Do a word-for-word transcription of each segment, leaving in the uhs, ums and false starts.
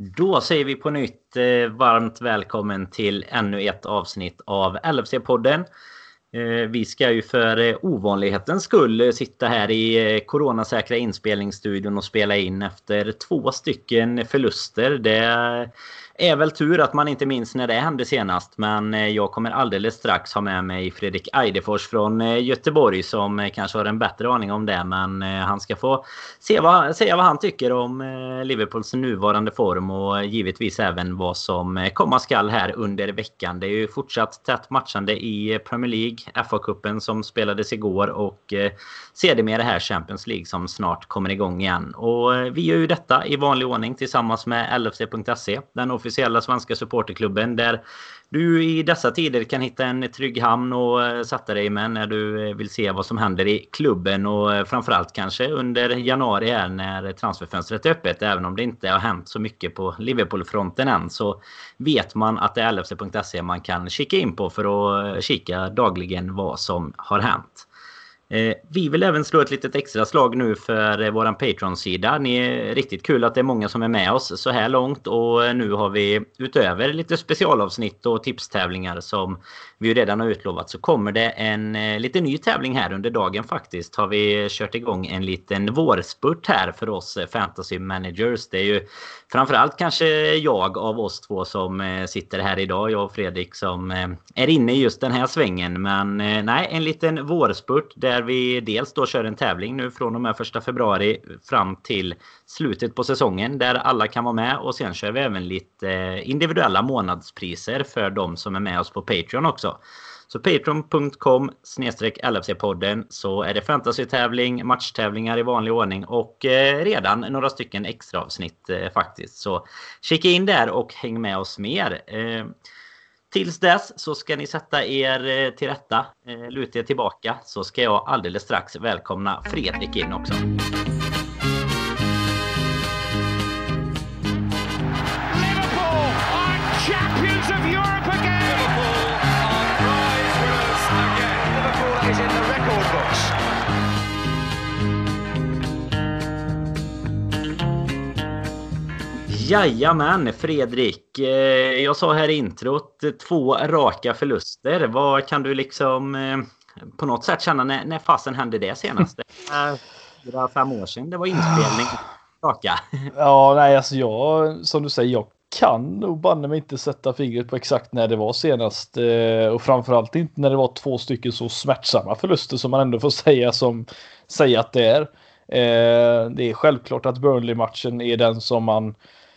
Då säger vi på nytt eh, varmt välkommen till ännu ett avsnitt av L F C-podden. Eh, vi ska ju för eh, ovanlighetens skull sitta här i eh, coronasäkra inspelningsstudion och spela in efter två stycken förluster. Det är väl tur att man inte minns när det hände senast, men eh, jag kommer alldeles strax ha med mig Fredrik Eidefors från eh, Göteborg som eh, kanske har en bättre aning om det, men eh, han ska få se vad, säga vad han tycker om eh, Liverpools nuvarande form och givetvis även vad som eh, komma skall här under veckan. Det är ju fortsatt tätt matchande i Premier League, F A-cupen som spelades igår och eh, sedermera här Champions League som snart kommer igång igen. Och eh, vi gör ju detta i vanlig ordning tillsammans med L F C punkt se, den officiella svenska supporterklubben där du i dessa tider kan hitta en trygg hamn och sätta dig med när du vill se vad som händer i klubben och framförallt kanske under januari här när transferfönstret är öppet. Även om det inte har hänt så mycket på Liverpool-fronten än så vet man att det är L F C punkt se man kan kika in på för att kika dagligen vad som har hänt. Vi vill även slå ett litet extra slag nu för våran Patreon-sida. Ni är riktigt kul att det är många som är med oss så här långt. Och nu har vi utöver lite specialavsnitt och tipstävlingar som vi redan har utlovat så kommer det en lite ny tävling här under dagen faktiskt. Har vi kört igång en liten vårspurt här för oss fantasy managers. Det är ju framförallt kanske jag av oss två som sitter här idag. Jag och Fredrik som är inne i just den här svängen. Men nej, en liten vårspurt där vi dels då kör en tävling nu från och med första februari fram till slutet på säsongen där alla kan vara med och sen kör vi även lite individuella månadspriser för de som är med oss på Patreon också. Så patreon punkt com snedstreck L F C-podden så är det fantasy-tävling, matchtävlingar i vanlig ordning och eh, redan några stycken extra avsnitt eh, faktiskt. Så kika in där och häng med oss mer. Eh, Tills dess så ska ni sätta er till rätta, luta er tillbaka så ska jag alldeles strax välkomna Fredrik in också. Liverpool are champions of Europe again! Liverpool are prize winners again! Liverpool is in the record books. Jajamän, Fredrik. Jag sa här i introt två raka förluster. Vad kan du liksom på något sätt känna när, när fasen hände det senast? Det var fem år sedan. Det var inspelning. Raka. Ja, nej, alltså jag, som du säger, jag kan nog banne mig inte sätta fingret på exakt när det var senast. Och framförallt inte när det var två stycken så smärtsamma förluster som man ändå får säga, som, säga att det är. Det är självklart att Burnley-matchen är den som man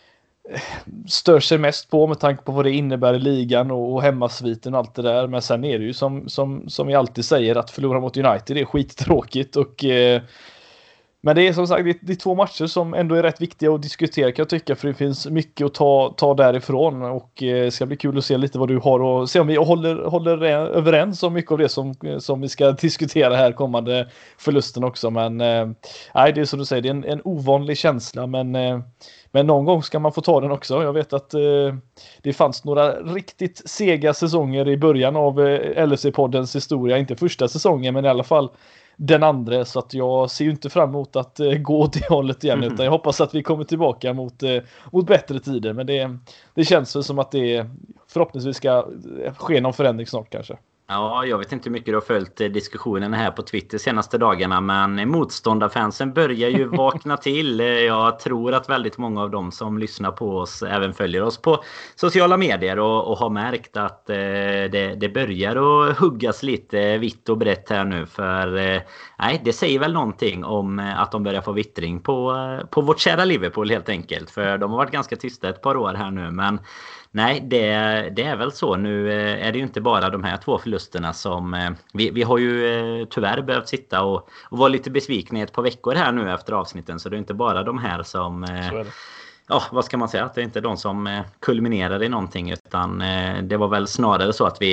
stör sig mest på med tanke på vad det innebär i ligan och, och hemmasviten och allt det där. Men sen är det ju som, som, som vi alltid säger att förlora mot United är skittråkigt och eh, men det är som sagt det, det är två matcher som ändå är rätt viktiga att diskutera kan jag tycka, för det finns mycket att ta, ta därifrån och eh, ska bli kul att se lite vad du har och se om vi håller, håller överens om mycket av det som, som vi ska diskutera här kommande förlusten också. Men eh, nej, det är som du säger, det är en, en ovanlig känsla men eh, Men någon gång ska man få ta den också. Jag vet att eh, det fanns några riktigt sega säsonger i början av eh, L F C-poddens historia. Inte första säsongen, men i alla fall den andra. Så att jag ser ju inte fram emot att eh, gå åt det hållet igen. Mm. Utan jag hoppas att vi kommer tillbaka mot, eh, mot bättre tider. Men det, det känns väl som att det förhoppningsvis ska ske någon förändring snart kanske. Ja, jag vet inte hur mycket du har följt diskussionen här på Twitter senaste dagarna, men motståndarfansen börjar ju vakna till. Jag tror att väldigt många av dem som lyssnar på oss även följer oss på sociala medier och, och har märkt att eh, det, det börjar att huggas lite vitt och brett här nu. För eh, nej, det säger väl någonting om att de börjar få vittring på, på vårt kära Liverpool helt enkelt. För de har varit ganska tysta ett par år här nu, men nej, det, det är väl så. Nu är det ju inte bara de här två förlusterna som... Vi, vi har ju tyvärr behövt sitta och, och vara lite besvikna ett par veckor här nu efter avsnitten. Så det är inte bara de här som... Ja, vad ska man säga? Att det är inte de som kulminerar i någonting, utan det var väl snarare så att vi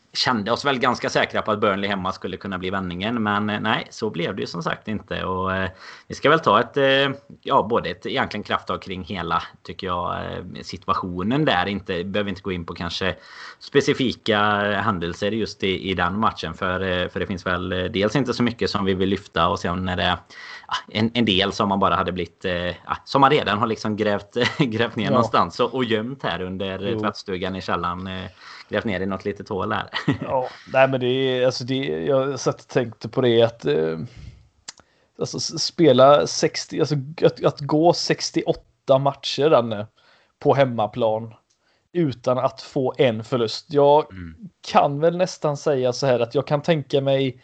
kände oss väl ganska säkra på att Burnley hemma skulle kunna bli vändningen. Men nej, så blev det ju som sagt inte. Och eh, vi ska väl ta ett, eh, ja, både ett egentligen krafttag kring hela, tycker jag, eh, situationen där. Inte, behöver inte gå in på kanske specifika händelser just i, i den matchen. För, eh, för det finns väl eh, dels inte så mycket som vi vill lyfta. Och sen är det ja, en, en del som man bara hade blivit, eh, ja, som man redan har liksom grävt, grävt ner ja. någonstans. Och, och gömt här under jo. tvättstugan i källaren. Eh, grävt ner i något litet hål här. Ja, nej men det är, alltså det, jag satt och tänkte på det att eh, alltså spela sextio, alltså att, att gå sextioåtta matcher den, på hemmaplan utan att få en förlust. Jag mm. kan väl nästan säga så här att jag kan tänka mig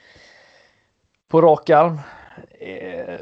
på rak arm eh,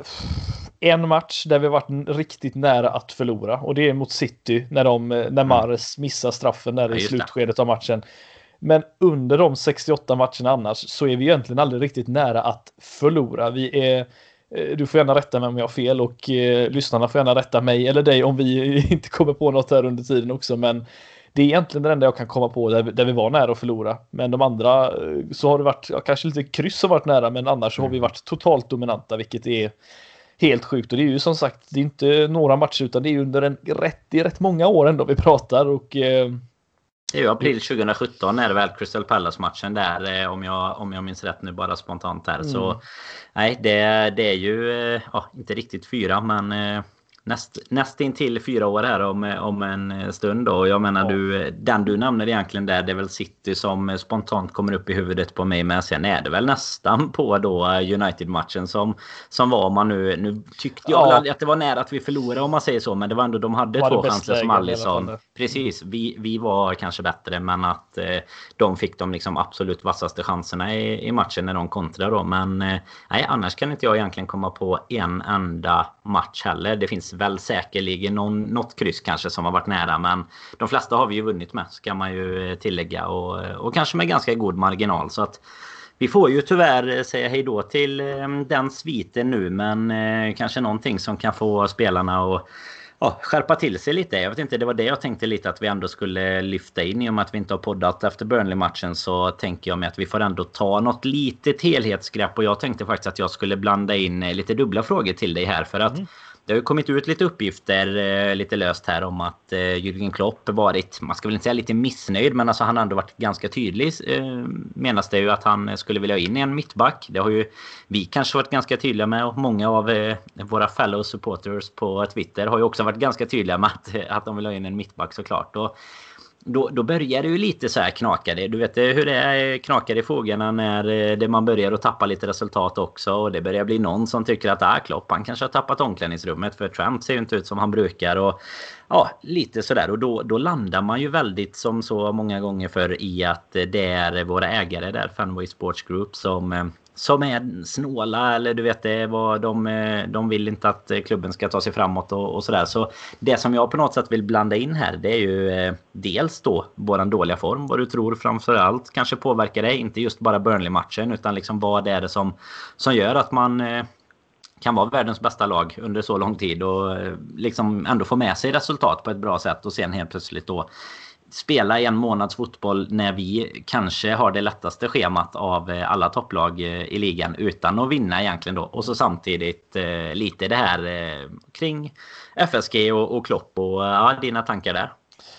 en match där vi varit riktigt nära att förlora. Och det är mot City när, de, när Mahrez missar straffen där ja, i slutskedet av matchen. Men under de sextioåtta matcherna annars så är vi egentligen aldrig riktigt nära att förlora. Vi är, du får gärna rätta mig om jag har fel och eh, lyssnarna får gärna rätta mig eller dig om vi inte kommer på något här under tiden också. Men det är egentligen det enda jag kan komma på där, där vi var nära att förlora. Men de andra så har det varit, ja, kanske lite kryss som varit nära, men annars så har vi varit totalt dominanta, vilket är helt sjukt. Och det är ju som sagt, det är inte några matcher utan det är under en rätt, det är rätt många år ändå vi pratar. Och eh, det är ju april tjugohundrasjutton är det väl Crystal Palace-matchen där, om jag, om jag minns rätt nu bara spontant här. Mm. Så nej, det, det är ju ja, inte riktigt fyra, men näst, nästin till fyra år här om, om en stund då. Jag menar, ja. du, den du nämner egentligen där, det är väl City som spontant kommer upp i huvudet på mig. Men sen är det väl nästan på då United-matchen som, som var, man nu, nu tyckte jag ja. att det var nära att vi förlorade om man säger så. Men det var ändå, de hade var två chanser som Alisson. Precis, vi, vi var kanske bättre, men att eh, de fick de liksom absolut vassaste chanserna i, i matchen när de kontrade då. Men eh, nej, annars kan inte jag egentligen komma på en enda match heller. Det finns väl säkerligen någon, något kryss kanske som har varit nära, men de flesta har vi ju vunnit med, ska man ju tillägga, och, och kanske med ganska god marginal. Så att vi får ju tyvärr säga hej då till den sviten nu, men eh, kanske någonting som kan få spelarna att ja, skärpa till sig lite. Jag vet inte, det var det jag tänkte lite att vi ändå skulle lyfta in. I och med att vi inte har poddat efter Burnley-matchen så tänker jag mig att vi får ändå ta något litet helhetsgrepp. Och jag tänkte faktiskt att jag skulle blanda in lite dubbla frågor till dig här. För att mm. det har ju kommit ut lite uppgifter eh, lite löst här om att eh, Jürgen Klopp varit, man ska väl inte säga lite missnöjd, men alltså han har ändå varit ganska tydlig. Eh, menas det ju att han skulle vilja ha in en mittback. Det har ju vi kanske varit ganska tydliga med, och många av eh, våra fellow supporters på Twitter har ju också varit ganska tydliga med att, att de vill ha in en mittback såklart. Och Då, då börjar det ju lite så här knaka det. Du vet hur det är, knakar i frågorna när det man börjar att tappa lite resultat också. Och det börjar bli någon som tycker att ah, Klopp, han kanske har tappat omklädningsrummet, för Trump ser ju inte ut som han brukar. Och ja, lite sådär. Och då, då landar man ju väldigt, som så många gånger för, i att det är våra ägare där, Fenway Sports Group, som... som är snåla, eller du vet det vad de, de vill inte att klubben ska ta sig framåt och, och sådär. Så det som jag på något sätt vill blanda in här, det är ju eh, dels då våran dåliga form, vad du tror framförallt kanske påverkar det, inte just bara Burnley-matchen, utan liksom vad det är det som, som gör att man eh, kan vara världens bästa lag under så lång tid och eh, liksom ändå få med sig resultat på ett bra sätt, och sen helt plötsligt då spela en månads fotboll när vi kanske har det lättaste schemat av alla topplag i ligan utan att vinna egentligen då. Och så samtidigt eh, lite det här eh, kring F S G och, och Klopp och ja, dina tankar där.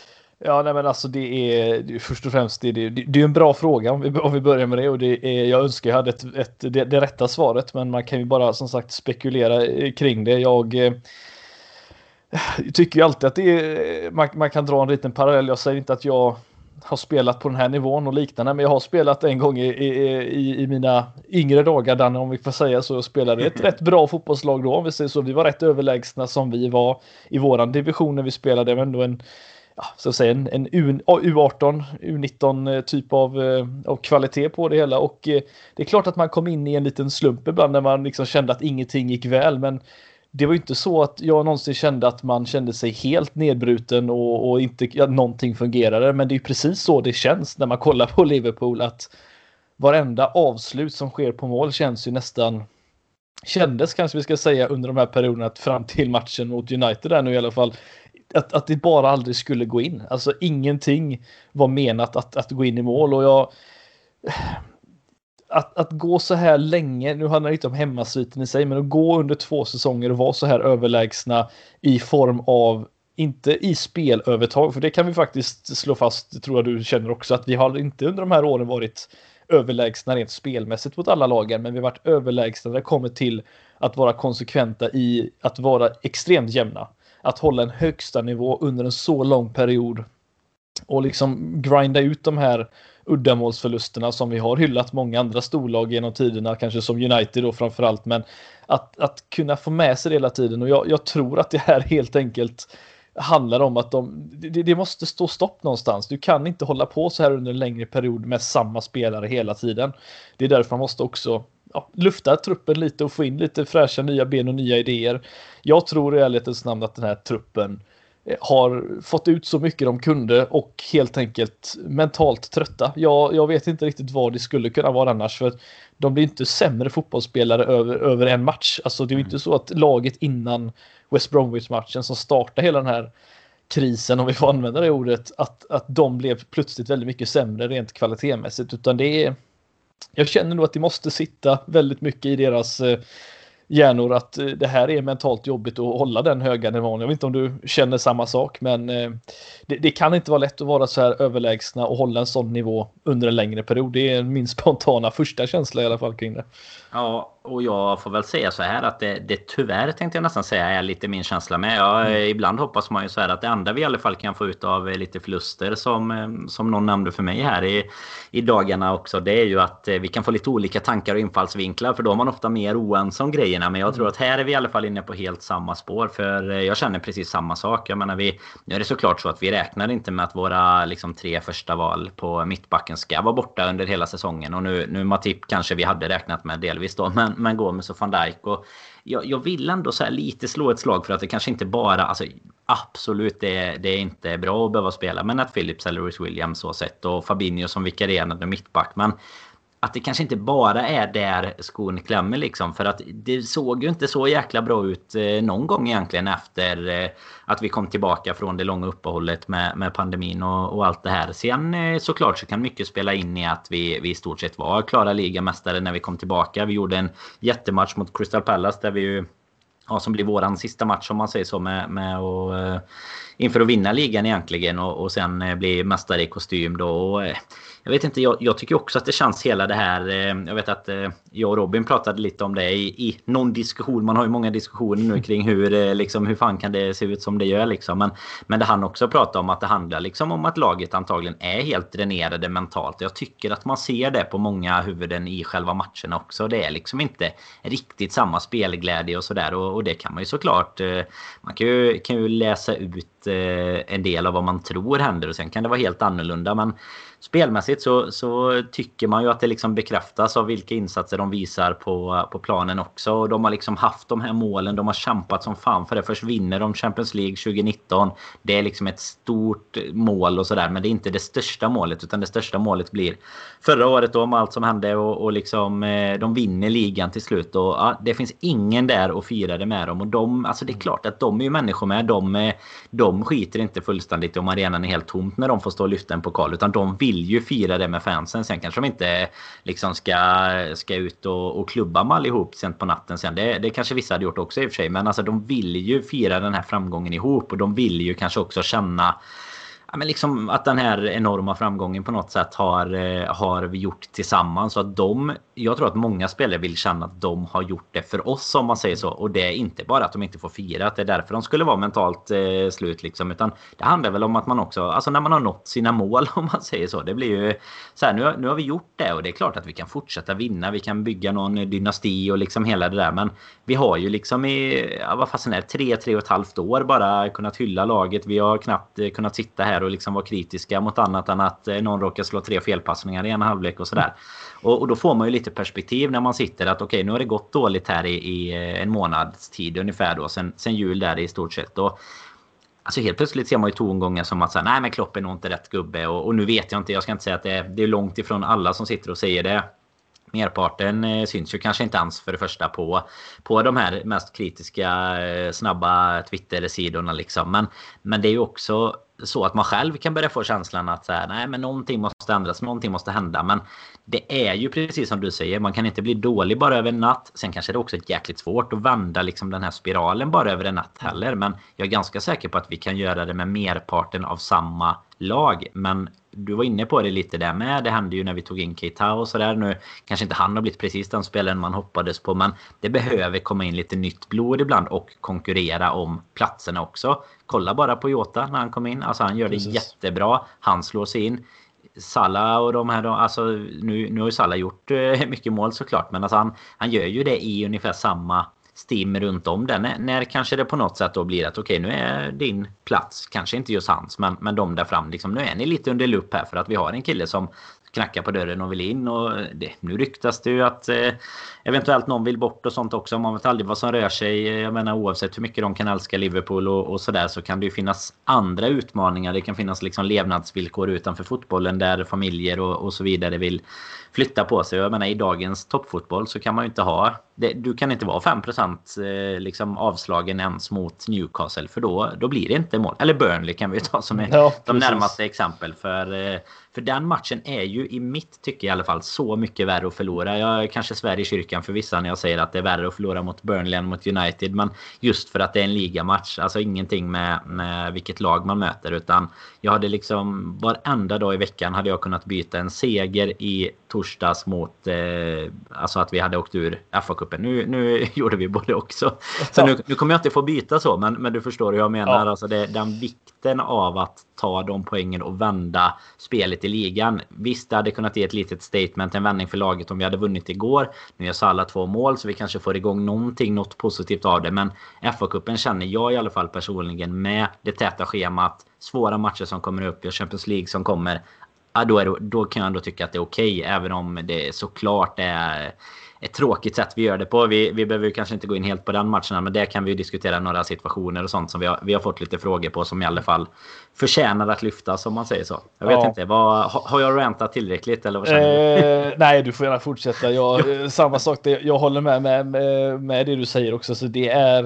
Ja, nej men alltså det är, det är först och främst det, det, det är en bra fråga om vi, om vi börjar med det, och det är, jag önskar jag hade ett, ett, det, det rätta svaret, men man kan ju bara som sagt spekulera kring det. Jag eh, Jag tycker ju alltid att det är, man, man kan dra en liten parallell. Jag säger inte att jag har spelat på den här nivån och liknande, men jag har spelat en gång i, i, i mina yngre dagar, Danne, om vi får säga så. Jag spelade ett rätt bra fotbollslag då, om vi säger så. Vi var rätt överlägsna som vi var i våran division när vi spelade, men då en, ja, så att säga, en, en U arton, U nitton typ av, av kvalitet på det hela. Och det är klart att man kom in i en liten slump ibland när man liksom kände att ingenting gick väl, men det var ju inte så att jag någonsin kände att man kände sig helt nedbruten och, och inte ja, någonting fungerade. Men det är ju precis så det känns när man kollar på Liverpool, att varenda avslut som sker på mål känns ju nästan, kändes kanske vi ska säga under de här perioderna fram till matchen mot United där nu i alla fall, att, att det bara aldrig skulle gå in. Alltså ingenting var menat att, att gå in i mål, och jag Att, att gå så här länge, nu handlar det inte om hemmasviten i sig, men att gå under två säsonger och vara så här överlägsna i form av, inte i spelövertag, för det kan vi faktiskt slå fast, tror jag du känner också, att vi har inte under de här åren varit överlägsna rent spelmässigt mot alla lagen, men vi har varit överlägsna när det kommer till att vara konsekventa i att vara extremt jämna. Att hålla en högsta nivå under en så lång period och liksom grinda ut de här uddamålsförlusterna som vi har hyllat många andra storlag genom tiderna, kanske som United då framförallt, men att, att kunna få med sig det hela tiden, och jag, jag tror att det här helt enkelt handlar om att de, det, det måste stå stopp någonstans. Du kan inte hålla på så här under en längre period med samma spelare hela tiden. Det är därför man måste också ja, lufta truppen lite och få in lite fräscha nya ben och nya idéer. Jag tror i ärlighetens namn att den här truppen har fått ut så mycket de kunde och helt enkelt mentalt trötta. Jag, jag vet inte riktigt vad det skulle kunna vara annars, för de blir inte sämre fotbollsspelare över, över en match. Alltså det är ju inte så att laget innan West Bromwich-matchen som startade hela den här krisen, om vi får använda det ordet, att, att de blev plötsligt väldigt mycket sämre rent kvalitetsmässigt, utan det är, jag känner nog att det måste sitta väldigt mycket i deras eh, hjärnor att eh, det här är mentalt jobbigt att hålla den höga nivån. Jag vet inte om du känner samma sak, men eh, det, det kan inte vara lätt att vara så här överlägsna och hålla en sån nivå under en längre period. Det är min spontana första känsla i alla fall kring det. Ja, och jag får väl säga så här att det, det tyvärr tänkte jag nästan säga är lite min känsla med. Jag, mm. Ibland hoppas man ju så här att det enda vi i alla fall kan få ut av lite förluster som, som någon nämnde för mig här i, i dagarna också, det är ju att vi kan få lite olika tankar och infallsvinklar, för då är man ofta mer oense om grejerna. Men jag tror att här är vi i alla fall inne på helt samma spår, för jag känner precis samma sak. Jag menar, vi, nu är det såklart så att vi räknar inte med att våra liksom, tre första val på mittbacken ska vara borta under hela säsongen. Och nu, nu Matip kanske vi hade räknat med delvis då, men, men Gomes och Van Dijk. Och jag, jag vill ändå så här lite slå ett slag för att det kanske inte bara, alltså absolut det, det är inte bra att behöva spela, men att Phillips eller Rhys Williams så sett och Fabinho som vikarierande mittback, men att det kanske inte bara är där skon klämmer liksom, för att det såg ju inte så jäkla bra ut eh, någon gång egentligen efter eh, att vi kom tillbaka från det långa uppehållet med, med pandemin och, och allt det här. Sen eh, såklart så kan mycket spela in i att vi, vi i stort sett var klara ligamästare när vi kom tillbaka. Vi gjorde en jättematch mot Crystal Palace där vi ju, ja, som blir våran sista match om man säger så, med, med och, eh, inför att vinna ligan egentligen, och, och sen eh, bli mästare i kostym då. Och, eh, jag vet inte, jag, jag tycker också att det känns hela det här, eh, jag vet att eh, jag och Robin pratade lite om det i, i någon diskussion, man har ju många diskussioner nu kring hur, eh, liksom, hur fan kan det se ut som det gör liksom, men, men det han också pratade om att det handlar liksom om att laget antagligen är helt dränerade mentalt. Jag tycker att man ser det på många huvuden i själva matcherna också, det är liksom inte riktigt samma spelglädje och sådär, och, och det kan man ju såklart, eh, man kan ju, kan ju läsa ut eh, en del av vad man tror händer, och sen kan det vara helt annorlunda, men spelmässigt så, så tycker man ju att det liksom bekräftas av vilka insatser de visar på, på planen också. Och de har liksom haft de här målen, de har kämpat som fan för det. Först vinner de Champions League tjugonitton. Det är liksom ett stort mål och sådär, men det är inte det största målet, utan det största målet blir förra året då, om allt som hände, och, och liksom de vinner ligan till slut. Och ja, det finns ingen där att fira det med dem. Och de, alltså det är klart att de är ju människor med. De, de skiter inte fullständigt om arenan är helt tomt när de får stå och lyfta en pokal, utan de vill vill ju fira det med fansen. Sen kanske de inte liksom ska, ska ut och, och klubba med allihop sent på natten sen. Det, det kanske vissa hade gjort också i och för sig. Men alltså de vill ju fira den här framgången ihop. Och de vill ju kanske också känna, ja, men liksom att den här enorma framgången på något sätt har, har vi gjort tillsammans. Så att de, jag tror att många spelare vill känna att de har gjort det för oss, om man säger så. Och det är inte bara att de inte får fira, att det är därför de skulle vara mentalt eh, slut liksom. Utan det handlar väl om att man också, alltså när man har nått sina mål, om man säger så. Det blir ju så här, nu, nu har vi gjort det, och det är klart att vi kan fortsätta vinna. Vi kan bygga någon dynasti och liksom hela det där. Men vi har ju liksom i, ja, vad fasen är det, tre, tre och ett halvt år bara kunnat hylla laget. Vi har knappt kunnat sitta här och liksom vara kritiska mot annat än att någon råkar slå tre felpassningar i en halvlek och sådär. Och, och då får man ju lite perspektiv när man sitter att okej, okay, nu har det gått dåligt här i, i en månads tid ungefär då, sen, sen jul där i stort sett. Och alltså helt plötsligt ser man ju tongångar som att säga, nej men Klopp är nog inte rätt gubbe, och, och nu vet jag inte, jag ska inte säga att det är, det är långt ifrån alla som sitter och säger det. merparten eh, syns ju kanske inte ens för det första på, på de här mest kritiska eh, snabba Twitter-sidorna liksom. Men, men det är ju också så att man själv kan börja få känslan att så här, nej men någonting måste ändras, någonting måste hända. Men det är ju precis som du säger, man kan inte bli dålig bara över en natt. Sen kanske det är också jäkligt svårt att vända liksom den här spiralen bara över en natt heller. Men jag är ganska säker på att vi kan göra det med merparten av samma lag. Men du var inne på det lite där med. Det hände ju när vi tog in Keita och sådär. Nu kanske inte han har blivit precis den spelaren man hoppades på. Men det behöver komma in lite nytt blod ibland och konkurrera om platserna också. Kolla bara på Jota när han kom in. Alltså han gör det precis. Jättebra. Han slår sig in. Salah och de här, alltså nu, nu har ju Salah gjort mycket mål såklart. Men alltså han, han gör ju det i ungefär samma stim runt om den. När, när kanske det på något sätt då blir att okej, okay, nu är din plats, kanske inte just hans, men, men de där fram, liksom, nu är ni lite under lupp här för att vi har en kille som knackar på dörren och vill in. Och det, nu ryktas det ju att eh, eventuellt någon vill bort och sånt också. Man vet aldrig vad som rör sig. Jag menar oavsett hur mycket de kan älska Liverpool och, och sådär, så kan det ju finnas andra utmaningar. Det kan finnas liksom levnadsvillkor utanför fotbollen där familjer och, och så vidare vill flytta på sig. Jag menar i dagens toppfotboll så kan man ju inte ha det, du kan inte vara fem procent eh, liksom avslagen ens mot Newcastle, för då, då blir det inte mål. Eller Burnley kan vi ta som är ja, de närmaste exempel. För, eh, för den matchen är ju i mitt tycke i alla fall så mycket värre att förlora. Jag kanske svär i kyrkan för vissa när jag säger att det är värre att förlora mot Burnley än mot United. Men just för att det är en ligamatch. Alltså ingenting med, med vilket lag man möter. Utan jag hade liksom varenda dag i veckan hade jag kunnat byta en seger i torsdags mot eh, alltså att vi hade åkt ur F A-cupen. Nu, nu gjorde vi både också. Så nu, nu kommer jag inte få byta så. Men, men du förstår hur jag menar. Ja. Alltså det, den vikten av att ta de poängen och vända spelet i ligan. Visst, det hade kunnat ge ett litet statement, en vändning för laget om vi hade vunnit igår. Nu gör alla två mål så vi kanske får igång någonting, något positivt av det. Men F A-cupen känner jag i alla fall personligen med det täta schemat, svåra matcher som kommer upp, och Champions League som kommer. Ja, då, är det, då kan jag ändå tycka att det är okej, okay, även om det såklart är ett tråkigt sätt vi gör det på. Vi, vi behöver kanske inte gå in helt på den matchen, men där kan vi diskutera några situationer och sånt som vi har, vi har fått lite frågor på som i alla fall förtjänar att lyftas, om man säger så. Jag vet ja. inte, vad, har jag rantat tillräckligt? Eller vad känner eh, nej, du får gärna fortsätta. Jag, samma sak, det, jag håller med, med, med, med det du säger också. Så det är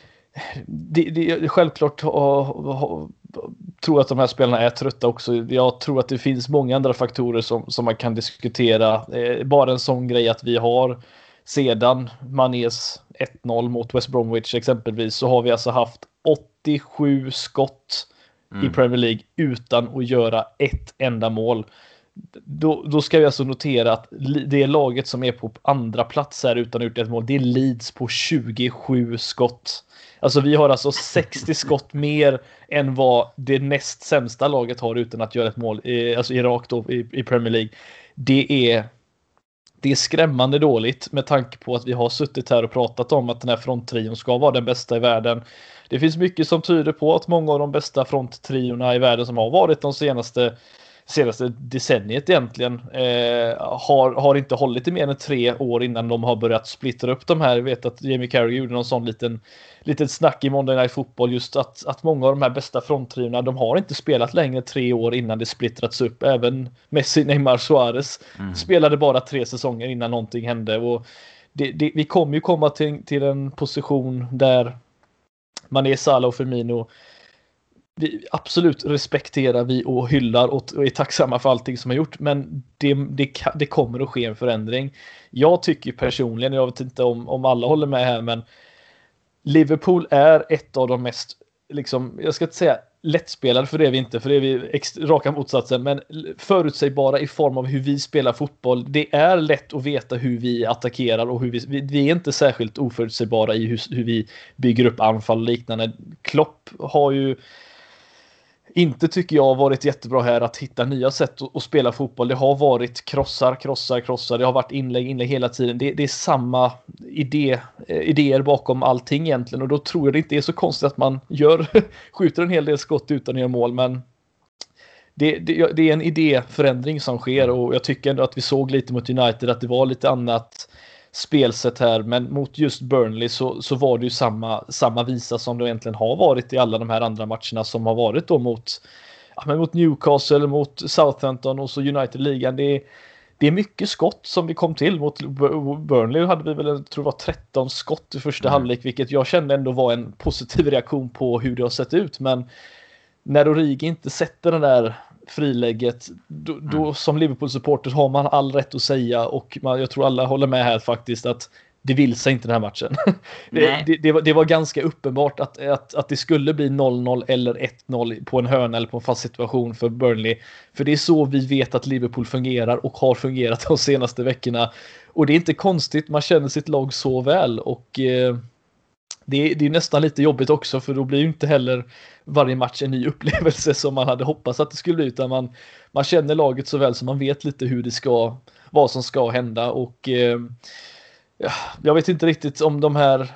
det, det, självklart ha, ha, tror att de här spelarna är trötta också. Jag tror att det finns många andra faktorer som, som man kan diskutera. Eh, bara en sån grej att vi har sedan Manés ett noll mot West Bromwich exempelvis, så har vi alltså haft åttiosju skott mm. i Premier League utan att göra ett enda mål. Då, då ska vi alltså notera att det laget som är på andra plats här utan att gjort ett mål, det är Leeds på tjugosju skott. Alltså vi har alltså sextio skott mer än vad det näst sämsta laget har utan att göra ett mål, alltså Irak då i, i Premier League. Det är, det är skrämmande dåligt med tanke på att vi har suttit här och pratat om att den här fronttrion ska vara den bästa i världen. Det finns mycket som tyder på att många av de bästa fronttriorna i världen som har varit de senaste senaste decenniet egentligen eh, har, har inte hållit i mer än tre år innan de har börjat splittra upp de här. Jag vet att Jamie Carragher gjorde någon sån liten, liten snack i Monday Night Football, just att, att många av de här bästa fronttriorna, de har inte spelat längre tre år innan det splittrats upp. Även Messi, Neymar, Suarez mm. spelade bara tre säsonger innan någonting hände. Och det, det, vi kommer ju komma till, till en position där Mané, Salah och Firmino, vi absolut respekterar vi och hyllar och är tacksamma för allting som har gjort, men det, det, det kommer att ske en förändring. Jag tycker personligen, jag vet inte om, om alla håller med här, men Liverpool är ett av de mest, liksom, jag ska inte säga lättspelade, för det är vi inte, för det är vi extra, raka motsatsen, men förutsägbara i form av hur vi spelar fotboll. Det är lätt att veta hur vi attackerar och hur vi, vi, vi är inte särskilt oförutsägbara i hur, hur vi bygger upp anfall och liknande. Klopp har ju inte, tycker jag, varit jättebra här att hitta nya sätt att, att spela fotboll. Det har varit krossar, krossar, krossar. Det har varit inlägg, inlägg hela tiden. Det, det är samma idé, idéer bakom allting egentligen. Och då tror jag det inte är så konstigt att man gör, skjuter en hel del skott utan att göra mål. Men det, det, det är en idéförändring som sker. Och jag tycker ändå att vi såg lite mot United att det var lite annat spelsätt här, men mot just Burnley så, så var det ju samma, samma visa som det egentligen har varit i alla de här andra matcherna som har varit då mot, ja, men mot Newcastle, mot Southampton och så United-ligan. Det, det är mycket skott som vi kom till mot Burnley. Hade vi väl, jag tror det var tretton skott i första mm. halvlek, vilket jag kände ändå var en positiv reaktion på hur det har sett ut. Men när Origi inte sätter den där frilägget, då, då mm. som Liverpool-supporter har man all rätt att säga, och man, jag tror alla håller med här faktiskt, att det vill sig inte den här matchen. det, det, det, var, det var ganska uppenbart att, att, att det skulle bli noll noll eller ett noll på en hörna eller på en fast situation för Burnley. För det är så vi vet att Liverpool fungerar och har fungerat de senaste veckorna. Och det är inte konstigt, man känner sitt lag så väl. Och eh, det, det är nästan lite jobbigt också, för då blir ju inte heller varje match en ny upplevelse som man hade hoppats att det skulle bli. Utan man, man känner laget så väl så man vet lite hur det ska, vad som ska hända. Och eh, jag vet inte riktigt om de här,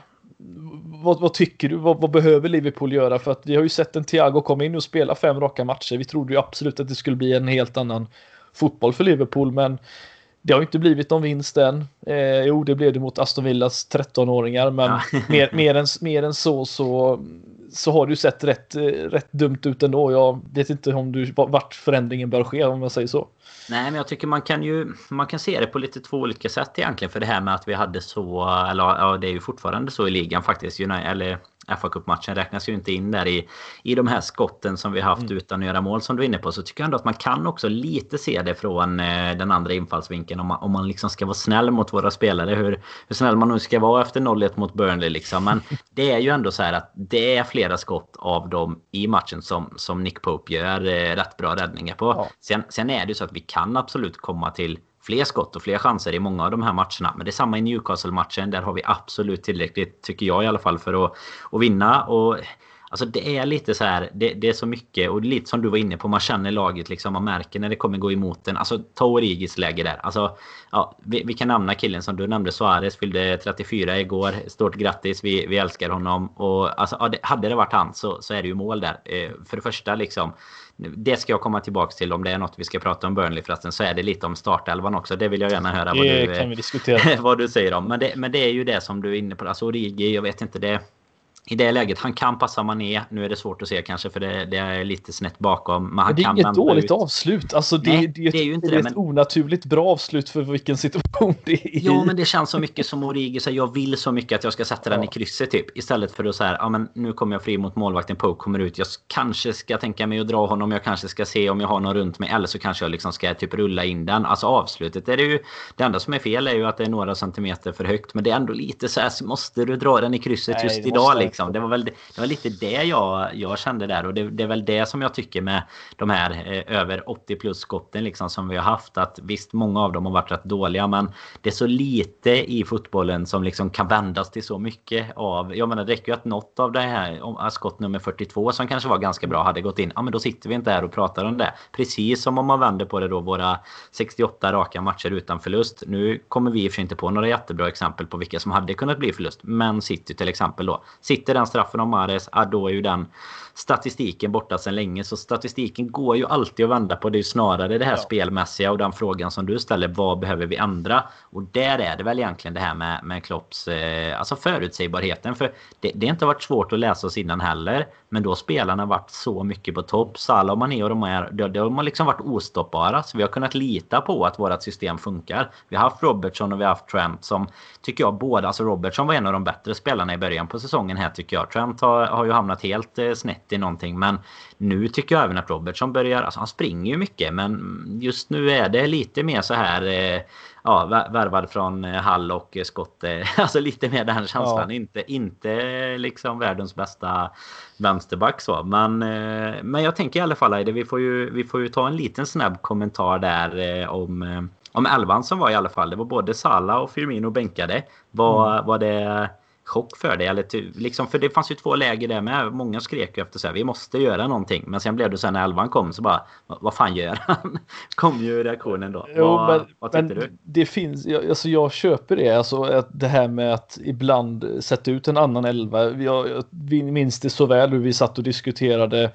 vad, vad tycker du, vad, vad behöver Liverpool göra? För att vi har ju sett en Thiago komma in och spela fem raka matcher. Vi trodde ju absolut att det skulle bli en helt annan fotboll för Liverpool, men det har ju inte blivit någon vinst än. Eh, jo, det blev det mot Aston Villas tretton-åringar, men ja. mer, mer, än, mer än så, så så har det ju sett rätt, rätt dumt ut ändå. Jag vet inte om du, vart förändringen bör ske, om jag säger så. Nej, men jag tycker man kan ju man kan se det på lite två olika sätt egentligen. För det här med att vi hade så, eller ja, det är ju fortfarande så i ligan faktiskt, United, eller F A Cup-matchen räknas ju inte in där i, i de här skotten som vi haft mm. utan att göra mål som du är inne på. Så tycker jag ändå att man kan också lite se det från eh, den andra infallsvinkeln. Om man, om man liksom ska vara snäll mot våra spelare. Hur, hur snäll man nu ska vara efter noll ett mot Burnley liksom. Men det är ju ändå så här att det är flera skott av dem i matchen som, som Nick Pope gör eh, rätt bra räddningar på. Ja. Sen, sen är det ju så att vi kan absolut komma till fler skott och fler chanser i många av de här matcherna. Men det är samma i Newcastle-matchen. Där har vi absolut tillräckligt, tycker jag i alla fall, för att, att vinna. Och alltså det är lite så här, det, det är så mycket, och lite som du var inne på, man känner laget liksom, man märker när det kommer gå emot den. Alltså ta Origis läge där. Alltså, ja, vi, vi kan namna killen som du nämnde, Suarez, fyllde trettiofyra igår. Stort grattis, vi, vi älskar honom. Och alltså, ja, det, hade det varit han så, så är det ju mål där. Eh, för det första liksom, det ska jag komma tillbaka till om det är något vi ska prata om Burnley förresten, så är det lite om startelvan också. Det vill jag gärna höra vad det du, kan vi diskutera. vad du säger om. Men det, men det är ju det som du är inne på. Alltså Origi, jag vet inte det. I det läget, han kan passa Mané. Nu är det svårt att se kanske, för det, det är lite snett bakom. Men han det är kan inget dåligt ut. avslut. Alltså det, Nej, det, är, ett, det är ju inte det är det, ett men... onaturligt bra avslut för vilken situation det är. Jo, men det känns så mycket som Origi. Så jag vill så mycket att jag ska sätta den ja. i krysset typ. Istället för att säga, ja men nu kommer jag fri mot målvakten, Pope kommer ut. Jag kanske ska tänka mig att dra honom. Jag kanske ska se om jag har någon runt mig. Eller så kanske jag liksom ska typ rulla in den. Alltså avslutet är det ju. Det enda som är fel är ju att det är några centimeter för högt. Men det är ändå lite så här, så måste du dra den i krysset Nej, just idag liksom. Det var väl det. Det var lite det jag, jag kände där. Och det, det är väl det som jag tycker med de här eh, över åttio plus skotten liksom, som vi har haft. Att visst, många av dem har varit rätt dåliga. Men det är så lite i fotbollen som liksom kan vändas till så mycket av. Jag menar, det räcker ju att något av det här, om skott nummer fyrtiotvå som kanske var ganska bra hade gått in. Ja, men då sitter vi inte här och pratar om det. Precis som om man vänder på det då, våra sextioåtta raka matcher utan förlust. Nu kommer vi i och för sig inte på några jättebra exempel på vilka som hade kunnat bli förlust. Men City till exempel då. Sitter den straffen om Mahrez, ja, då är ju den statistiken borta sedan länge. Så statistiken går ju alltid att vända på. Det är ju snarare det här ja. spelmässiga och den frågan som du ställer, vad behöver vi ändra? Och där är det väl egentligen det här med, med Klopps eh, alltså förutsägbarheten. För det, det har inte varit svårt att läsa oss innan heller. Men då spelarna har varit så mycket på topp. Salah och Mané och de här, de, de har liksom varit ostoppbara. Så vi har kunnat lita på att vårt system funkar. Vi har haft Robertson och vi har haft Trent som, tycker jag, båda, alltså Robertson var en av de bättre spelarna i början på säsongen här tycker jag. Trent har, har ju hamnat helt eh, snett i någonting, men nu tycker jag även att Robertson börjar, alltså han springer ju mycket, men just nu är det lite mer så här eh, ja, värvad från Hall och skott, eh, alltså lite mer den känslan, ja. inte, inte liksom världens bästa vänsterback så, men, eh, men jag tänker i alla fall att vi får ju, vi får ju ta en liten snabb kommentar där eh, om eh, om elvan som var i alla fall, det var både Salah och Firmino bänkade, var, mm. var det chock för det, eller ty, liksom, för det fanns ju två läger där med, många skrek ju efter så här, vi måste göra någonting, men sen blev det sen när elvan kom så bara, vad fan gör han? Kom ju reaktionen då. Jo, vad, men, vad tyckte men du? Det finns, jag, alltså jag köper det, alltså att det här med att ibland sätta ut en annan elva, jag, jag minns det så väl hur vi satt och diskuterade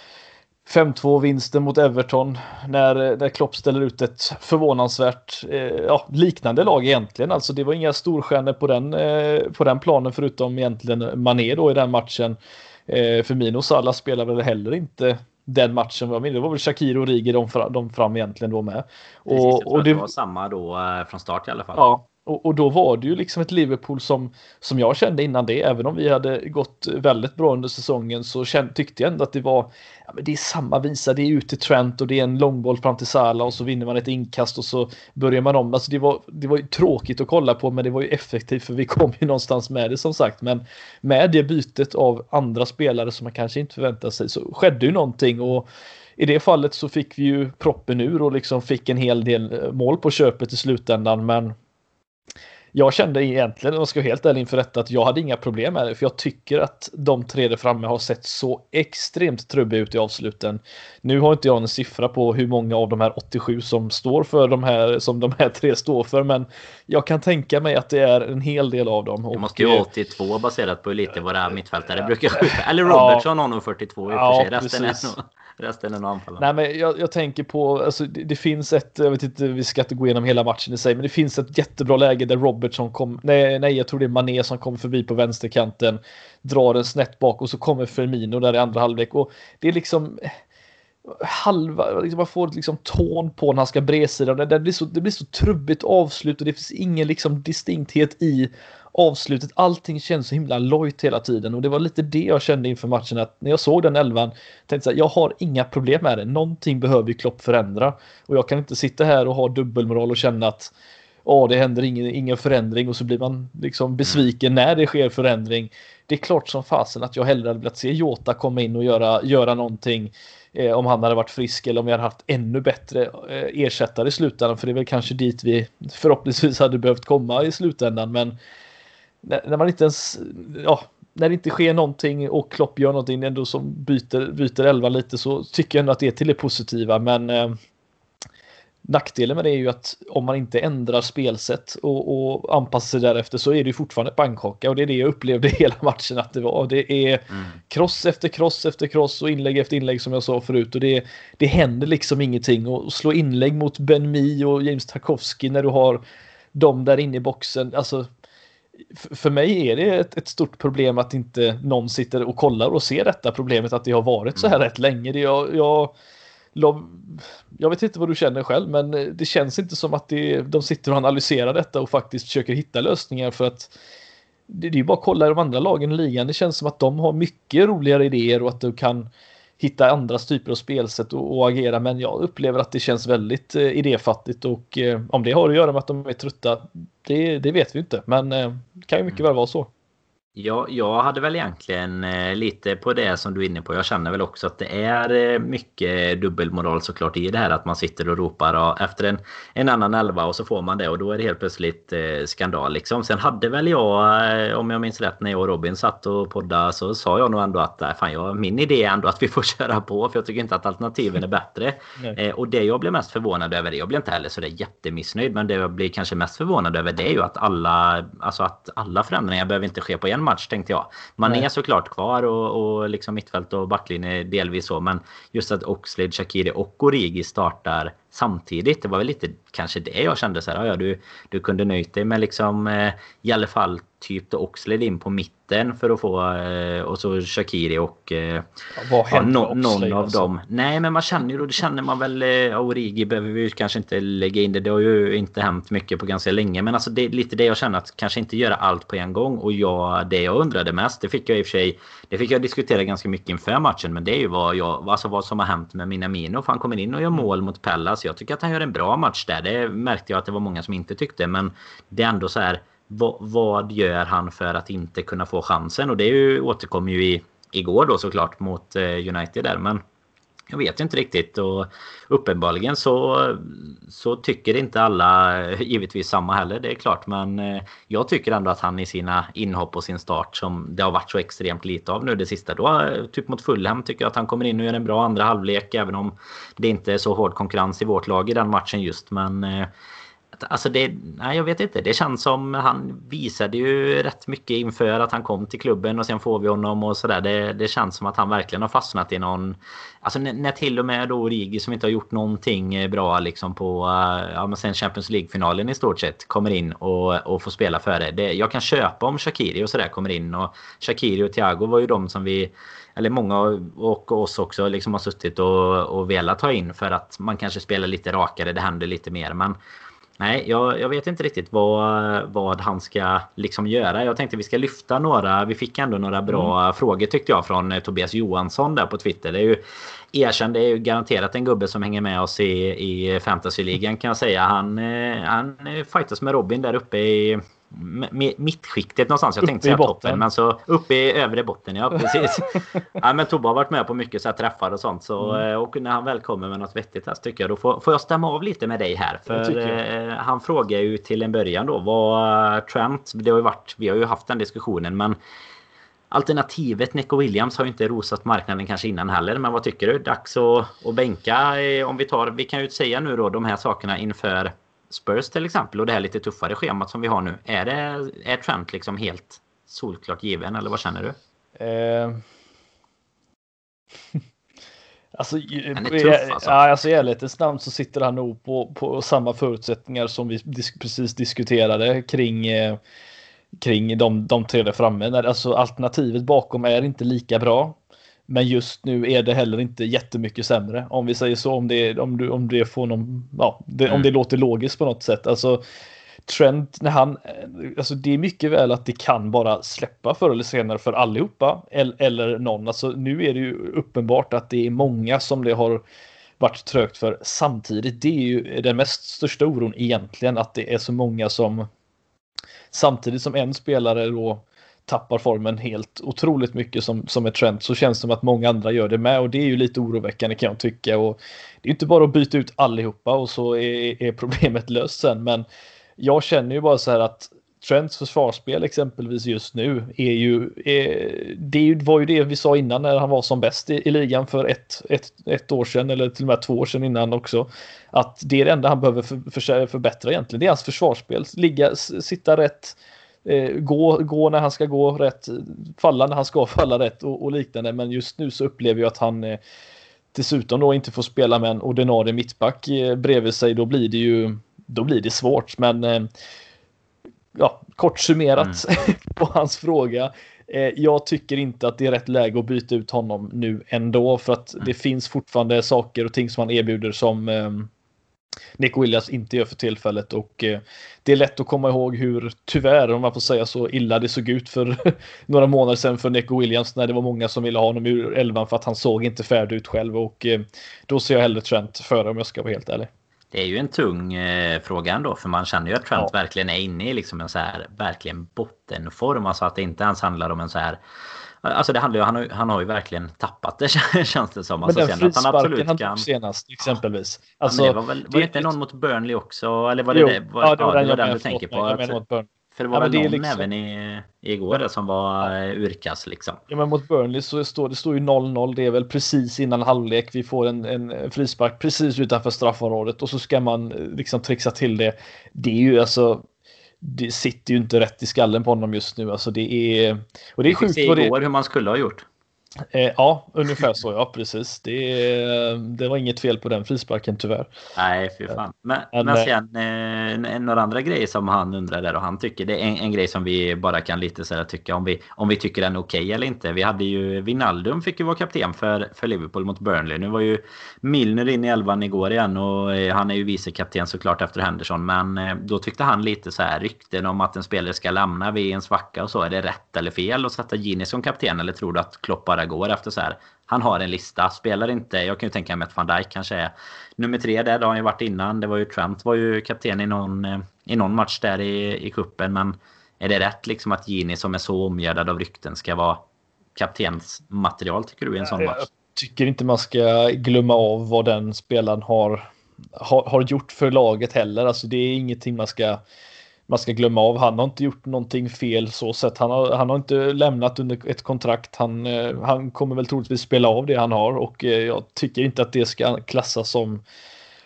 fem två vinsten mot Everton när, när Klopp ställer ut ett förvånansvärt eh, ja, liknande lag egentligen. Alltså det var inga storstjärnor på den, eh, på den planen förutom egentligen Mané då i den matchen. Eh, Firmino och Salah spelar väl heller inte den matchen var med. Det var väl Shaqiri och Rigi de, fra, de fram egentligen då med. Precis, och, jag tror och att det det var samma då från start i alla fall. Ja, och, och då var det ju liksom ett Liverpool som, som jag kände innan det, även om vi hade gått väldigt bra under säsongen, så kände, tyckte jag ändå att det var, ja, men det är samma visa, det är ut till Trent och det är en långboll fram till Salah och så vinner man ett inkast och så börjar man om. Alltså det var, det var ju tråkigt att kolla på, men det var ju effektivt för vi kom ju någonstans med det som sagt. Men med det bytet av andra spelare som man kanske inte förväntar sig så skedde ju någonting, och i det fallet så fick vi ju proppen ur och liksom fick en hel del mål på köpet i slutändan. Men jag kände egentligen, om jag ska vara helt ärlig inför detta, att jag hade inga problem med det. För jag tycker att de tre där framme har sett så extremt trubbiga ut i avsluten. Nu har inte jag en siffra på hur många av de här åttiosju som står för de här, som de här tre står för. Men jag kan tänka mig att det är en hel del av dem. Det måste ju vara åttiotvå baserat på hur lite våra mittfältare brukar skjuta. Eller Robertson har nog fyrtiotvå i och för sig. Resten är nog... Resten är nog anfallen. Nej, men jag, jag tänker på, alltså det, det finns ett, jag vet inte, vi ska inte gå igenom hela matchen i sig, men det finns ett jättebra läge där Robertson kom, nej, nej jag tror det är Mané som kommer förbi på vänsterkanten, drar en snett bak och så kommer Firmino där i andra halvlek, och det är liksom halva, liksom man får liksom tån på när han ska bredsida, det blir så, det blir så trubbigt avslut och det finns ingen liksom distinkthet i avslutet, allting känns så himla lojt hela tiden, och det var lite det jag kände inför matchen, att när jag såg den elvan tänkte jag, jag har inga problem med det, någonting behöver ju Klopp förändra, och jag kan inte sitta här och ha dubbelmoral och känna att åh, det händer ingen, ingen förändring, och så blir man liksom besviken när det sker förändring. Det är klart som fasen att jag hellre hade velat se Jota komma in och göra, göra någonting eh, om han hade varit frisk, eller om vi hade haft ännu bättre eh, ersättare i slutändan, för det är väl kanske dit vi förhoppningsvis hade behövt komma i slutändan, men när man inte ens, ja, när det inte sker någonting och Klopp gör någonting ändå som byter, byter elva lite, så tycker jag ändå att det är till det positiva. Men eh, nackdelen med det är ju att om man inte ändrar spelsätt och, och anpassar sig därefter, så är det ju fortfarande pannkaka, och det är det jag upplevde hela matchen att det var. Det är mm. kross efter kross efter kross och inlägg efter inlägg, som jag sa förut, och det, det händer liksom ingenting, och slå inlägg mot Ben Mee och James Tarkowski när du har dem där inne i boxen, alltså för mig är det ett, ett stort problem att inte någon sitter och kollar och ser detta problemet, att det har varit så här mm. rätt länge. Det, jag, jag, jag vet inte vad du känner själv, men det känns inte som att det, de sitter och analyserar detta och faktiskt försöker hitta lösningar, för att det, det är bara att kolla de andra lagen i ligan. Det känns som att de har mycket roligare idéer och att du kan hitta andra typer av spelsätt och, och agera, men jag upplever att det känns väldigt eh, idéfattigt, och eh, om det har att göra med att de är trötta, det, det vet vi inte, men eh, det kan ju mycket väl vara så. Ja, jag hade väl egentligen eh, lite på det som du är inne på. Jag känner väl också att det är eh, mycket dubbelmoral såklart i det här, att man sitter och ropar ja, efter en, en annan elva, och så får man det, och då är det helt plötsligt eh, skandal liksom. Sen hade väl jag, eh, om jag minns rätt, när jag och Robin satt och poddade, så sa jag nog ändå att äh, fan, jag, min idé är ändå att vi får köra på, för jag tycker inte att alternativen är bättre. eh, och det jag blev mest förvånad över, jag blev inte heller så där jättemissnöjd, men det jag blir kanske mest förvånad över, det är ju att alla, alltså att alla förändringar behöver inte ske på en match, tänkte jag. Man Nej. är såklart kvar och, och liksom mittfält och backlinje delvis så, men just att Oxlade, Shaqiri och Origi startar samtidigt, det var väl lite kanske det jag kände så här, ja, du, du kunde nöjt dig med liksom eh, i alla fall typ då Oxlade in på mitten för att få eh, och så Shaqiri och eh, ja, ja, no, någon av alltså. dem. Nej, men man känner ju då, det känner man väl, eh, Origi behöver vi kanske inte lägga in det, det har ju inte hänt mycket på ganska länge, men alltså det är lite det jag känner, att kanske inte göra allt på en gång, och jag, det jag undrade mest, det fick jag i och för sig, det fick jag diskutera ganska mycket inför matchen, men det är ju vad, jag, alltså vad som har hänt med Minamino, för han kommer in och gör mål mot Pellas. Jag tycker att han gör en bra match där, det märkte jag att det var många som inte tyckte, men det är ändå så här, vad, vad gör han för att inte kunna få chansen? Och det är ju, återkom ju i, igår då såklart mot eh, United där, men jag vet inte riktigt, och uppenbarligen så, så tycker inte alla givetvis samma heller, det är klart, men eh, jag tycker ändå att han i sina inhopp och sin start, som det har varit så extremt lite av nu det sista, då typ mot Fulham tycker jag att han kommer in och gör en bra andra halvlek, även om det inte är så hård konkurrens i vårt lag i den matchen just, men eh, Alltså det, nej jag vet inte. Det känns som han visade ju rätt mycket inför att han kom till klubben och sen får vi honom och sådär. Det, det känns som att han verkligen har fastnat i någon... Alltså när, när till och med då Origi som inte har gjort någonting bra liksom på ja, men sen Champions League-finalen i stort sett kommer in och, och får spela före. Det, jag kan köpa om Shaqiri och sådär kommer in. Och Shaqiri och Thiago var ju de som vi... Eller många och oss också liksom har suttit och, och velat ta in för att man kanske spelar lite rakare, det händer lite mer. Men nej, jag, jag vet inte riktigt vad, vad han ska liksom göra. Jag tänkte vi ska lyfta några, vi fick ändå några bra mm. frågor tyckte jag från Tobias Johansson där på Twitter. Det är ju erkänd, det är ju garanterat en gubbe som hänger med oss i, i Fantasy-ligan kan jag säga. Han, han fightas med Robin där uppe i mittskiktet någonstans. Jag tänkte säga toppen, men så uppe i övre botten, ja precis. Ja, men Tobbe har varit med på mycket så här träffar och sånt så, mm. och när han väl kommer med något vettigt här tycker jag, då får, får jag stämma av lite med dig här för eh, han frågar ju till en början då vad Trent, det har ju varit, vi har ju haft den diskussionen, men alternativet Nico Williams har ju inte rosat marknaden kanske innan heller, men vad tycker du? Dags att, att bänka eh, om vi tar, vi kan ju säga nu då de här sakerna inför Spurs till exempel och det här lite tuffare schemat som vi har nu. Är det är Trent liksom helt solklart given eller vad känner du? Eh... alltså, är tuff, alltså. Ja, alltså i ärlighetens namn så sitter han nog på, på samma förutsättningar som vi disk- precis diskuterade kring, eh, kring de, de tre där framme. Alltså alternativet bakom är inte lika bra. Men just nu är det heller inte jättemycket sämre. Om vi säger så, om det, om du, om det får någon, ja, det, mm. om det låter logiskt på något sätt. Alltså Trent, när han, alltså det är mycket väl att det kan bara släppa förr eller senare för allihopa. Eller, eller någon. Alltså nu är det ju uppenbart att det är många som det har varit trögt för samtidigt. Det är ju den mest största oron egentligen, att det är så många som samtidigt som en spelare då tappar formen helt otroligt mycket som, som är Trent, så känns det som att många andra gör det med, och det är ju lite oroväckande kan jag tycka. Och det är inte bara att byta ut allihopa och så är, är problemet löst sen, men jag känner ju bara så här att Trents försvarsspel exempelvis just nu är ju, är, det var ju det vi sa innan när han var som bäst i, i ligan för ett, ett, ett år sedan eller till och med två år sedan innan också, att det är det enda han behöver för, för, förbättra egentligen, det är hans försvarsspel, ligga, sitta rätt, Gå, gå när han ska gå rätt, falla när han ska falla rätt och, och liknande. Men just nu så upplever jag att han eh, dessutom då inte får spela med en ordinarie mittback eh, bredvid sig. Då blir det ju då blir det svårt. Men eh, ja, kort summerat mm. på hans fråga. Eh, jag tycker inte att det är rätt läge att byta ut honom nu ändå. För att mm. det finns fortfarande saker och ting som han erbjuder som... Eh, Nico Williams inte gör för tillfället, och eh, det är lätt att komma ihåg hur, tyvärr om man får säga så, illa det såg ut för några månader sedan för Nico Williams när det var många som ville ha honom ur elvan för att han såg inte färdig ut själv, och eh, då ser jag hellre Trent före om jag ska vara helt ärlig. Det är ju en tung eh, fråga ändå, för man känner ju att Trent ja. verkligen är inne i liksom en så här verkligen bottenform, alltså att det inte ens handlar om en så här. Alltså det handlar ju, han, har, han har ju verkligen tappat det känns det som. Men alltså, den att han absolut han kan senast exempelvis. Ja, alltså, det var väl var det inte någon mot Burnley också eller var det jo, det? Var, ja, det var ja, den, det var den jag du tänker på. Jag mot Burnley. För det var ja, väl det någon liksom... även i igår där som var ja. urkas liksom. Ja, men mot Burnley så står det står ju noll noll, det är väl precis innan halvlek vi får en, en frispark precis utanför straffområdet, och så ska man liksom trixa till det. Det är ju alltså, det sitter ju inte rätt i skallen på honom just nu. Alltså det är, och det är sjukt vad det hur man skulle ha gjort. Eh, ja, ungefär så, ja, precis. Det, det var inget fel på den frisparken tyvärr. Nej, för fan. Men, men, men sen eh, några andra grejer som han undrar där, och han tycker det är en, en grej som vi bara kan lite så här tycka om vi, om vi tycker den är okej eller inte. Vi hade ju Wijnaldum fick ju vara kapten för, för Liverpool mot Burnley. Nu var ju Milner in i elvan igår igen, och eh, han är ju vicekapten såklart efter Henderson, men eh, då tyckte han lite så här rykten om att en spelare ska lämna vid en svacka och så. Är det rätt eller fel att sätta Gini som kapten, eller tror du att Klopp bara går efter så här? Han har en lista, spelar inte. Jag kan ju tänka mig att Van Dijk kanske är nummer tre där, det har han ju varit innan. Det var ju Trent var ju kapten i någon, i någon match där i, i kuppen. Men är det rätt liksom att Gini som är så omgärdad av rykten ska vara kaptensmaterial, tycker du, i en sån match? Jag tycker inte man ska glömma av vad den spelaren har, har, har gjort för laget heller. Alltså det är ingenting man ska man ska glömma av. Han har inte gjort någonting fel så sett. Han har, han har inte lämnat under ett kontrakt. Han, han kommer väl troligtvis spela av det han har, och jag tycker inte att det ska klassas som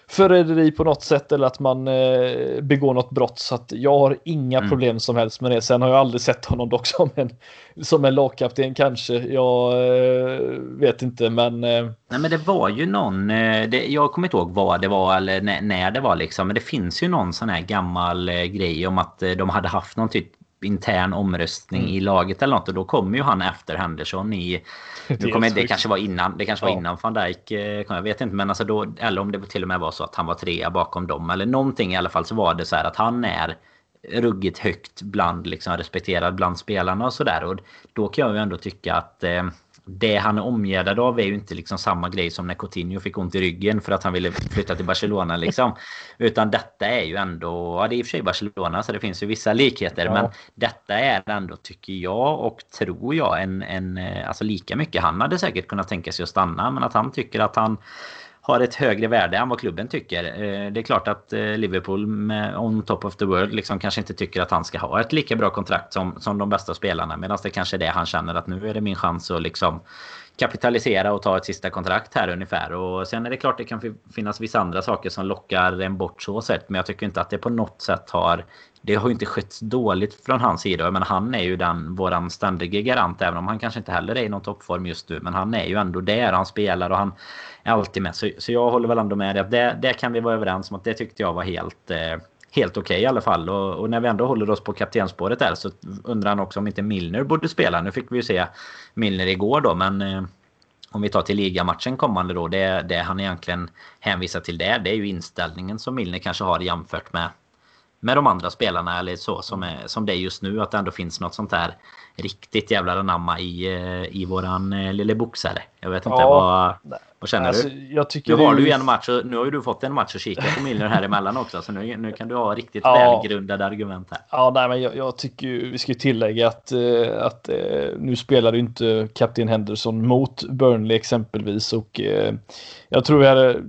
förräderi på något sätt eller att man eh, begår något brott, så att jag har inga Mm. problem som helst med det. Sen har jag aldrig sett honom dock som en, som en lagkapten kanske, jag eh, vet inte, men eh, Nej, men det var ju någon, eh, det, jag kommer inte ihåg vad det var eller när, när det var liksom, men det finns ju någon sån här gammal eh, grej om att eh, de hade haft någon typ intern omröstning Mm. i laget eller något, och då kom ju han efter Henderson i Det nu är kommer så det sjukt. kanske var innan det kanske var Ja. innan Van Dijk, eh, jag vet inte, men alltså då, eller om det till och med var så att han var trea bakom dem eller någonting, i alla fall så var det så här att han är ruggigt högt bland liksom respekterad bland spelarna och sådär, och då kan jag ju ändå tycka att eh, det han är omgärdad av är ju inte liksom samma grej som när Coutinho fick ont i ryggen för att han ville flytta till Barcelona liksom. Utan detta är ju ändå, ja, det är i och för sig Barcelona så det finns ju vissa likheter, Ja. men detta är ändå, tycker jag och tror jag, en, en eh, alltså lika mycket. Han hade säkert kunnat tänka sig att stanna, men att han tycker att han har ett högre värde än vad klubben tycker. Eh, Det är klart att eh, Liverpool med on top of the world liksom kanske inte tycker att han ska ha ett lika bra kontrakt som, som de bästa spelarna. Medan det kanske är det han känner att nu är det min chans att liksom kapitalisera och ta ett sista kontrakt här ungefär. Och sen är det klart det kan finnas vissa andra saker som lockar en bort så sätt. Men jag tycker inte att det på något sätt har... Det har ju inte skett dåligt från hans sida. Men han är ju den, våran ständiga garant, även om han kanske inte heller är i någon toppform just nu. Men han är ju ändå där, han spelar och han är alltid med. Så, så jag håller väl ändå med det. Att det, det kan vi vara överens om att det tyckte jag var helt... Eh, Helt okej okay, i alla fall. Och, och när vi ändå håller oss på kaptenspåret där så undrar han också om inte Milner borde spela. Nu fick vi ju se Milner igår då, men eh, om vi tar till ligamatchen kommande då, det, det han egentligen hänvisar till där, det är ju inställningen som Milner kanske har jämfört med med de andra spelarna eller så som, är, som det är just nu, att det ändå finns något sånt där riktigt jävla anamma i, i våran eh, lille boxare. Jag vet inte, Ja, vad, vad känner alltså, du? jag tycker Nu har det är du ju en match och nu har ju du fått en match att kika på Milner här emellan också, så nu, nu kan du ha riktigt Ja. välgrundade argument här. Ja, nej, men jag, jag tycker ju, vi ska ju tillägga att, eh, att eh, nu spelar ju inte kapten Henderson mot Burnley exempelvis, och eh, jag tror vi, hade,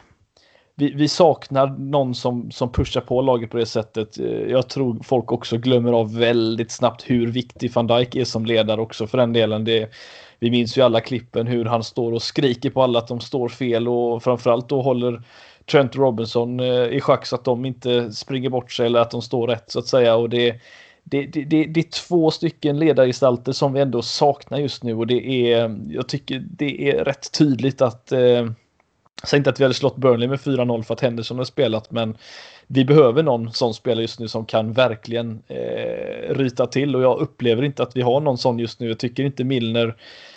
vi vi saknar någon som, som pushar på laget på det sättet. Eh, Jag tror folk också glömmer av väldigt snabbt hur viktig Van Dijk är som ledare också för den delen. Det, vi minns ju alla klippen hur han står och skriker på alla att de står fel, och framförallt då håller Trent Robinson eh, i schack så att de inte springer bort sig eller att de står rätt så att säga. Och det, det, det, det, det är två stycken ledargestalter som vi ändå saknar just nu, och det är, jag tycker det är rätt tydligt att eh, säg inte att vi hade slått Burnley med fyra noll för att Henderson har spelat, men vi behöver någon sån spelare just nu som kan verkligen eh, ryta till, och jag upplever inte att vi har någon sån just nu. Jag tycker inte Milner,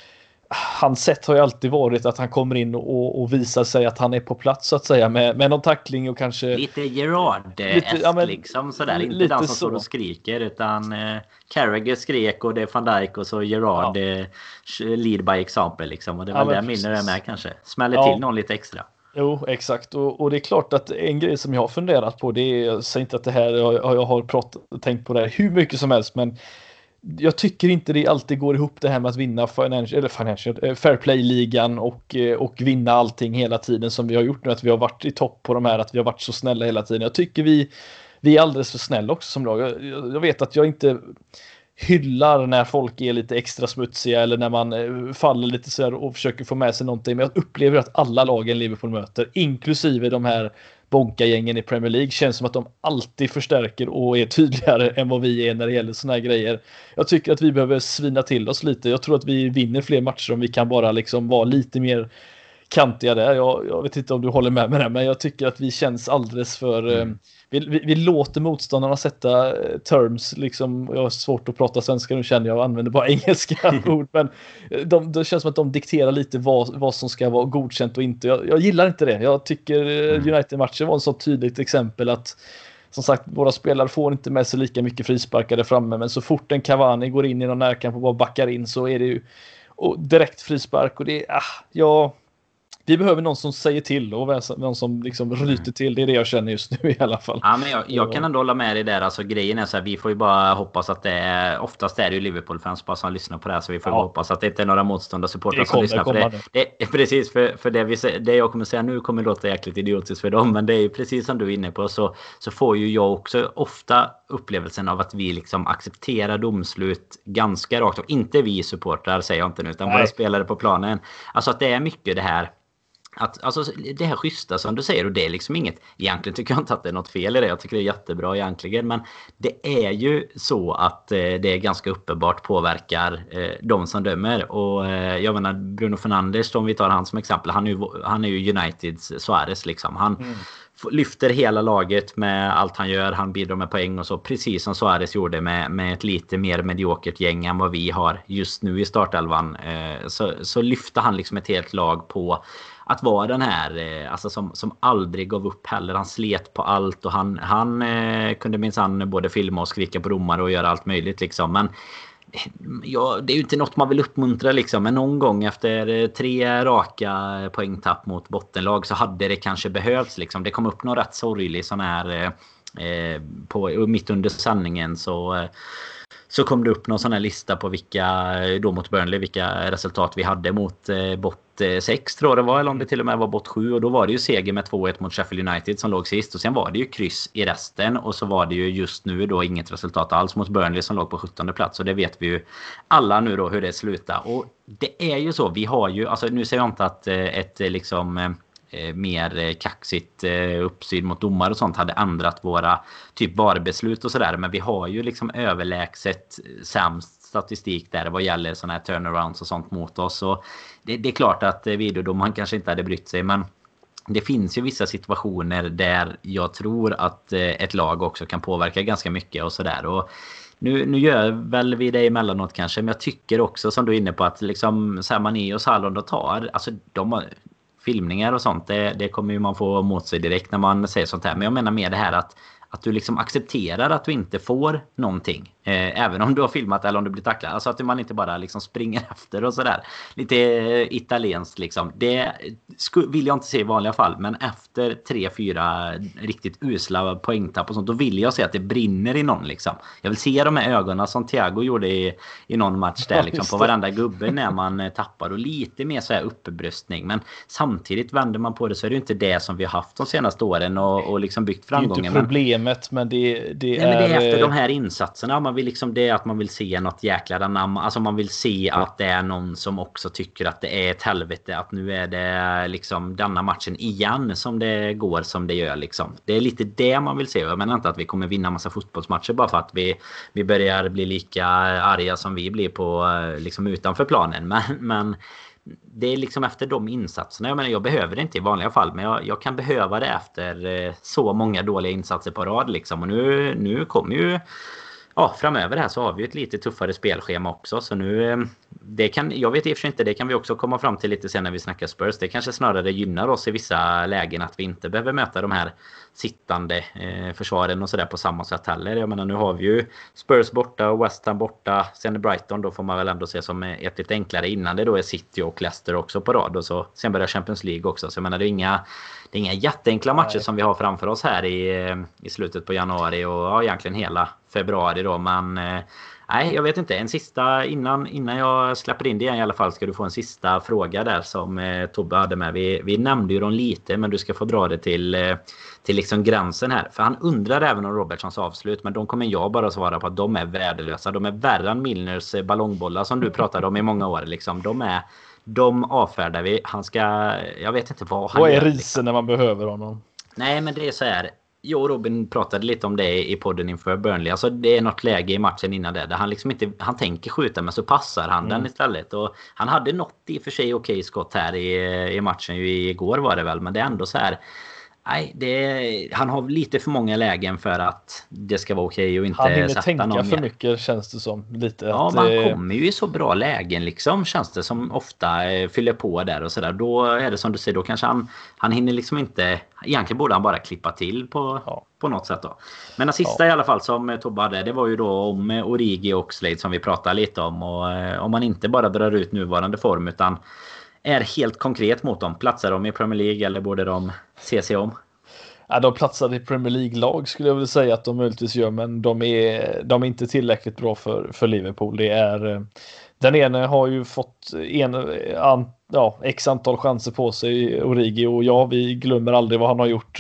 hans sätt har ju alltid varit att han kommer in och, och visar sig att han är på plats så att säga, med, med någon tackling och kanske Lite Gerard-esk ja, men, liksom sådär. Inte lite den som så. står och skriker, utan eh, Carragher skrek och det är Van Dijk och så Gerard Ja. eh, lead by example liksom. Och det är Ja, väl men där Milner är precis. med kanske. Smäller Ja. till någon lite extra. Jo, exakt. Och, och det är klart att en grej som jag har funderat på, det är, jag säger inte att det här, jag, jag har pratat, tänkt på det här hur mycket som helst, men jag tycker inte det alltid går ihop det här med att vinna financial, eller financial, fair play-ligan och, och vinna allting hela tiden som vi har gjort nu, att vi har varit i topp på de här, att vi har varit så snälla hela tiden. Jag tycker vi, vi är alldeles för snälla också som lag. Jag, jag vet att jag inte hyllar när folk är lite extra smutsiga eller när man eh, faller lite så här och försöker få med sig någonting, men jag upplever att alla lagen Liverpool möter, inklusive de här bonkagängen i Premier League, känns som att de alltid förstärker och är tydligare än vad vi är när det gäller såna här grejer. Jag tycker att vi behöver svina till oss lite. Jag tror att vi vinner fler matcher om vi kan bara liksom vara lite mer kantiga där. Jag, jag vet inte om du håller med med det, men jag tycker att vi känns alldeles för... Mm. Eh, vi, vi, vi låter motståndarna sätta eh, terms, liksom. Jag har svårt att prata svenska nu, känner jag, och använder bara engelska ord, men de, det känns som att de dikterar lite vad, vad som ska vara godkänt och inte. Jag, jag gillar inte det. Jag tycker eh, United-matchen var en så tydligt exempel att, som sagt, våra spelare får inte med sig lika mycket frisparkar där framme, men så fort en Cavani går in i någon närkamp och bara backar in så är det ju och direkt frispark, och det är, ah, ja, vi behöver någon som säger till och någon som liksom ryter till. Det är det jag känner just nu i alla fall. Ja, men jag, jag kan ändå hålla med dig där. Alltså, grejen är så här, vi får ju bara hoppas att det är, oftast är det ju Liverpool-fans bara som lyssnar på det här, så vi får ja. bara hoppas att det inte är några motståndarsupportrar som lyssnar. För det, det, precis, för, för det, vi, det jag kommer säga nu kommer låta jäkligt idiotiskt för dem, men det är ju precis som du är inne på, så, så får ju jag också ofta upplevelsen av att vi liksom accepterar domslut ganska rakt, och inte vi supportrar säger jag inte nu, utan våra spelare på planen. Alltså att det är mycket det här. Att, alltså det här schyssta som du säger, och det är liksom inget, egentligen tycker jag inte att det är något fel i det, jag tycker det är jättebra egentligen, men det är ju så att eh, det är ganska uppenbart påverkar eh, de som dömer. Och eh, jag menar Bruno Fernandes, om vi tar han som exempel, han är ju, han är ju Uniteds Suarez liksom, han mm. lyfter hela laget med allt han gör, han bidrar med poäng och så, precis som Suarez gjorde med, med ett lite mer mediokert gäng än vad vi har just nu i startelvan. Eh, så, så lyfter han liksom ett helt lag på att vara den här, alltså som, som aldrig gav upp heller. Han slet på allt och han, han eh, kunde minsann både filma och skrika på domare och göra allt möjligt liksom. Men ja, det är ju inte något man vill uppmuntra liksom. Men någon gång efter tre raka poängtapp mot bottenlag så hade det kanske behövts liksom. Det kom upp någon rätt sorglig sån här eh, på, mitt under sändningen så... Eh, Så kom det upp någon sån här lista på vilka, då mot Burnley, vilka resultat vi hade mot eh, bot sex tror jag det var, eller om det till och med var bot sju. Och då var det ju seger med två ett mot Sheffield United som låg sist. Och sen var det ju kryss i resten. Och så var det ju just nu då inget resultat alls mot Burnley som låg på sjuttonde plats. Och det vet vi ju alla nu då hur det slutar. Och det är ju så, vi har ju, alltså nu säger jag inte att eh, ett liksom... Eh, mer kaxigt uppsyn mot domar och sånt hade ändrat våra typ VAR-beslut och sådär. Men vi har ju liksom överlägset sämst statistik där vad gäller sådana här turnarounds och sånt mot oss. Och det, det är klart att videodomaren kanske inte hade brytt sig, men det finns ju vissa situationer där jag tror att ett lag också kan påverka ganska mycket och sådär. Och Nu, nu gör väl vi det emellanåt kanske, men jag tycker också som du är inne på att liksom så här Mané och Salah och tar, alltså de har filmningar och sånt, det, det kommer ju man få mot sig direkt när man säger sånt här. Men jag menar mer det här att, att du liksom accepterar att du inte får någonting. Eh, även om du har filmat eller om du blir tacklad. Alltså att man inte bara liksom springer efter och sådär. Lite eh, italienskt liksom. Det sku, vill jag inte se i vanliga fall. Men efter tre, fyra riktigt usla poängtapp och sånt, då vill jag se att det brinner i någon liksom. Jag vill se de här ögonen som Thiago gjorde i, i någon match där liksom, på varenda gubbe när man eh, tappar. Och lite mer så här uppbröstning. Men samtidigt vänder man på det så är det ju inte det som vi har haft de senaste åren och, och liksom byggt framgångar. Det är inte problemet, men det, det Nej, är... men det är efter de här insatserna. Man vill liksom det att man vill se något jäkla namn. Alltså man vill se att det är någon som också tycker att det är ett helvete. Att nu är det liksom denna matchen igen som det går som det gör liksom. Det är lite det man vill se. Jag menar inte att vi kommer vinna massa fotbollsmatcher bara för att vi, vi börjar bli lika arga som vi blir på liksom utanför planen. Men... men det är liksom efter de insatserna. Jag menar, jag behöver det inte i vanliga fall, men jag, jag kan behöva det efter eh, så många dåliga insatser på rad liksom. Och nu, nu kommer ju ja, framöver här så har vi ett lite tuffare spelschema också. Så nu, eh, det kan, jag vet i och för sig inte, det kan vi också komma fram till lite sen när vi snackar Spurs. Det kanske snarare gynnar oss i vissa lägen att vi inte behöver möta de här sittande eh, försvaren och sådär på samma sätt heller. Jag menar, nu har vi ju Spurs borta och West Ham borta. Sen är Brighton, då får man väl ändå se som ett lite enklare innan det då är City och Leicester också på rad. Och så, sen börjar Champions League också. Så jag menar, det är inga, det är inga jätteenkla matcher Nej. som vi har framför oss här i, i slutet på januari och ja, egentligen hela februari då. Men eh, nej, jag vet inte. En sista, innan, innan jag släpper in det igen i alla fall, ska du få en sista fråga där som eh, Tobbe hade med. Vi, vi nämnde ju dem lite, men du ska få dra det till, eh, till liksom gränsen här. För han undrar även om Robertsons avslut, men de kommer jag bara svara på att de är värdelösa. De är värre än Milners ballongbollar som du pratade om i många år. Liksom. De är... De avfärdar vi. Han ska... Jag vet inte vad han Vad är gör. risen när man behöver honom? Nej, men det är så här. Jag och Robin pratade lite om det i podden inför Burnley. Alltså det är något läge i matchen innan det. Där han liksom inte... Han tänker skjuta, men så passar han mm. den istället. Och han hade något i och för sig okej skott här i, i matchen. Ju igår var det väl. Men det är ändå så här... Nej, det, han har lite för många lägen för att det ska vara okej och inte han hinner sätta tänka någon för mer. mycket, känns det som. Lite ja, att, man eh... kommer ju i så bra lägen liksom, känns det som ofta eh, fyller på där och sådär. Då är det som du säger, då kanske han, han hinner liksom inte, egentligen borde han bara klippa till på, ja. på något sätt då. Men den sista ja. i alla fall som Tobbe hade, det var ju då om Origi och Slade som vi pratade lite om. Och eh, om man inte bara drar ut nuvarande form utan är helt konkret mot dem, platsar de i Premier League eller borde de se sig om? Ja, de platsar i Premier League-lag skulle jag vilja säga att de möjligtvis gör, men de är, de är inte tillräckligt bra för, för Liverpool. Det är, den ene har ju fått en, an, ja, x antal chanser på sig, Origi, och ja, vi glömmer aldrig vad han har gjort.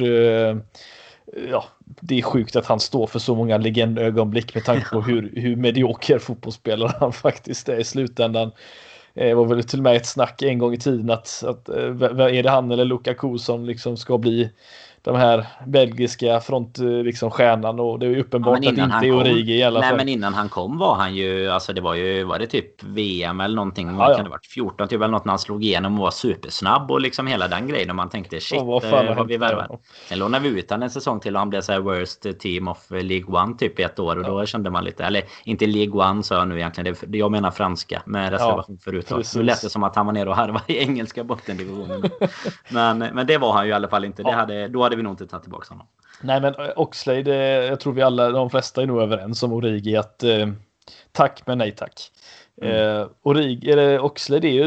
Ja, det är sjukt att han står för så många legendögonblick med tanke på hur, hur medioker fotbollsspelare han faktiskt är i slutändan. Det var väl till och med ett snack en gång i tiden att, att är det han eller Lukaku som liksom ska bli de här belgiska front liksom stjärnan, och det är ju uppenbart ja, att det inte är Origi i alla fall. Nej, men innan han kom var han ju, alltså det var ju, var det typ V M eller någonting, ja, ja. Kan det varit fjorton typ eller något när han slog igenom och var supersnabb och liksom hela den grejen, och man tänkte shit, ja, vad, fan, vad vi värvar. Ja. Sen lånade vi ut han en säsong till och han blev så här worst team of League One typ i ett år, och ja. Då kände man lite, eller inte League One sa jag nu egentligen, det, jag menar franska med reservation ja, förut. Nu lät det som att han var nere och harvade i engelska bottendivisionen. men, men det var han ju i alla fall inte, det ja. hade, då hade vi nog inte tagit tillbaka honom. Nej, men Oxlade, jag tror vi alla, de flesta är nog överens om Origi att eh, tack men nej tack. Mm. Eh, Origi, eller Oxlade är ju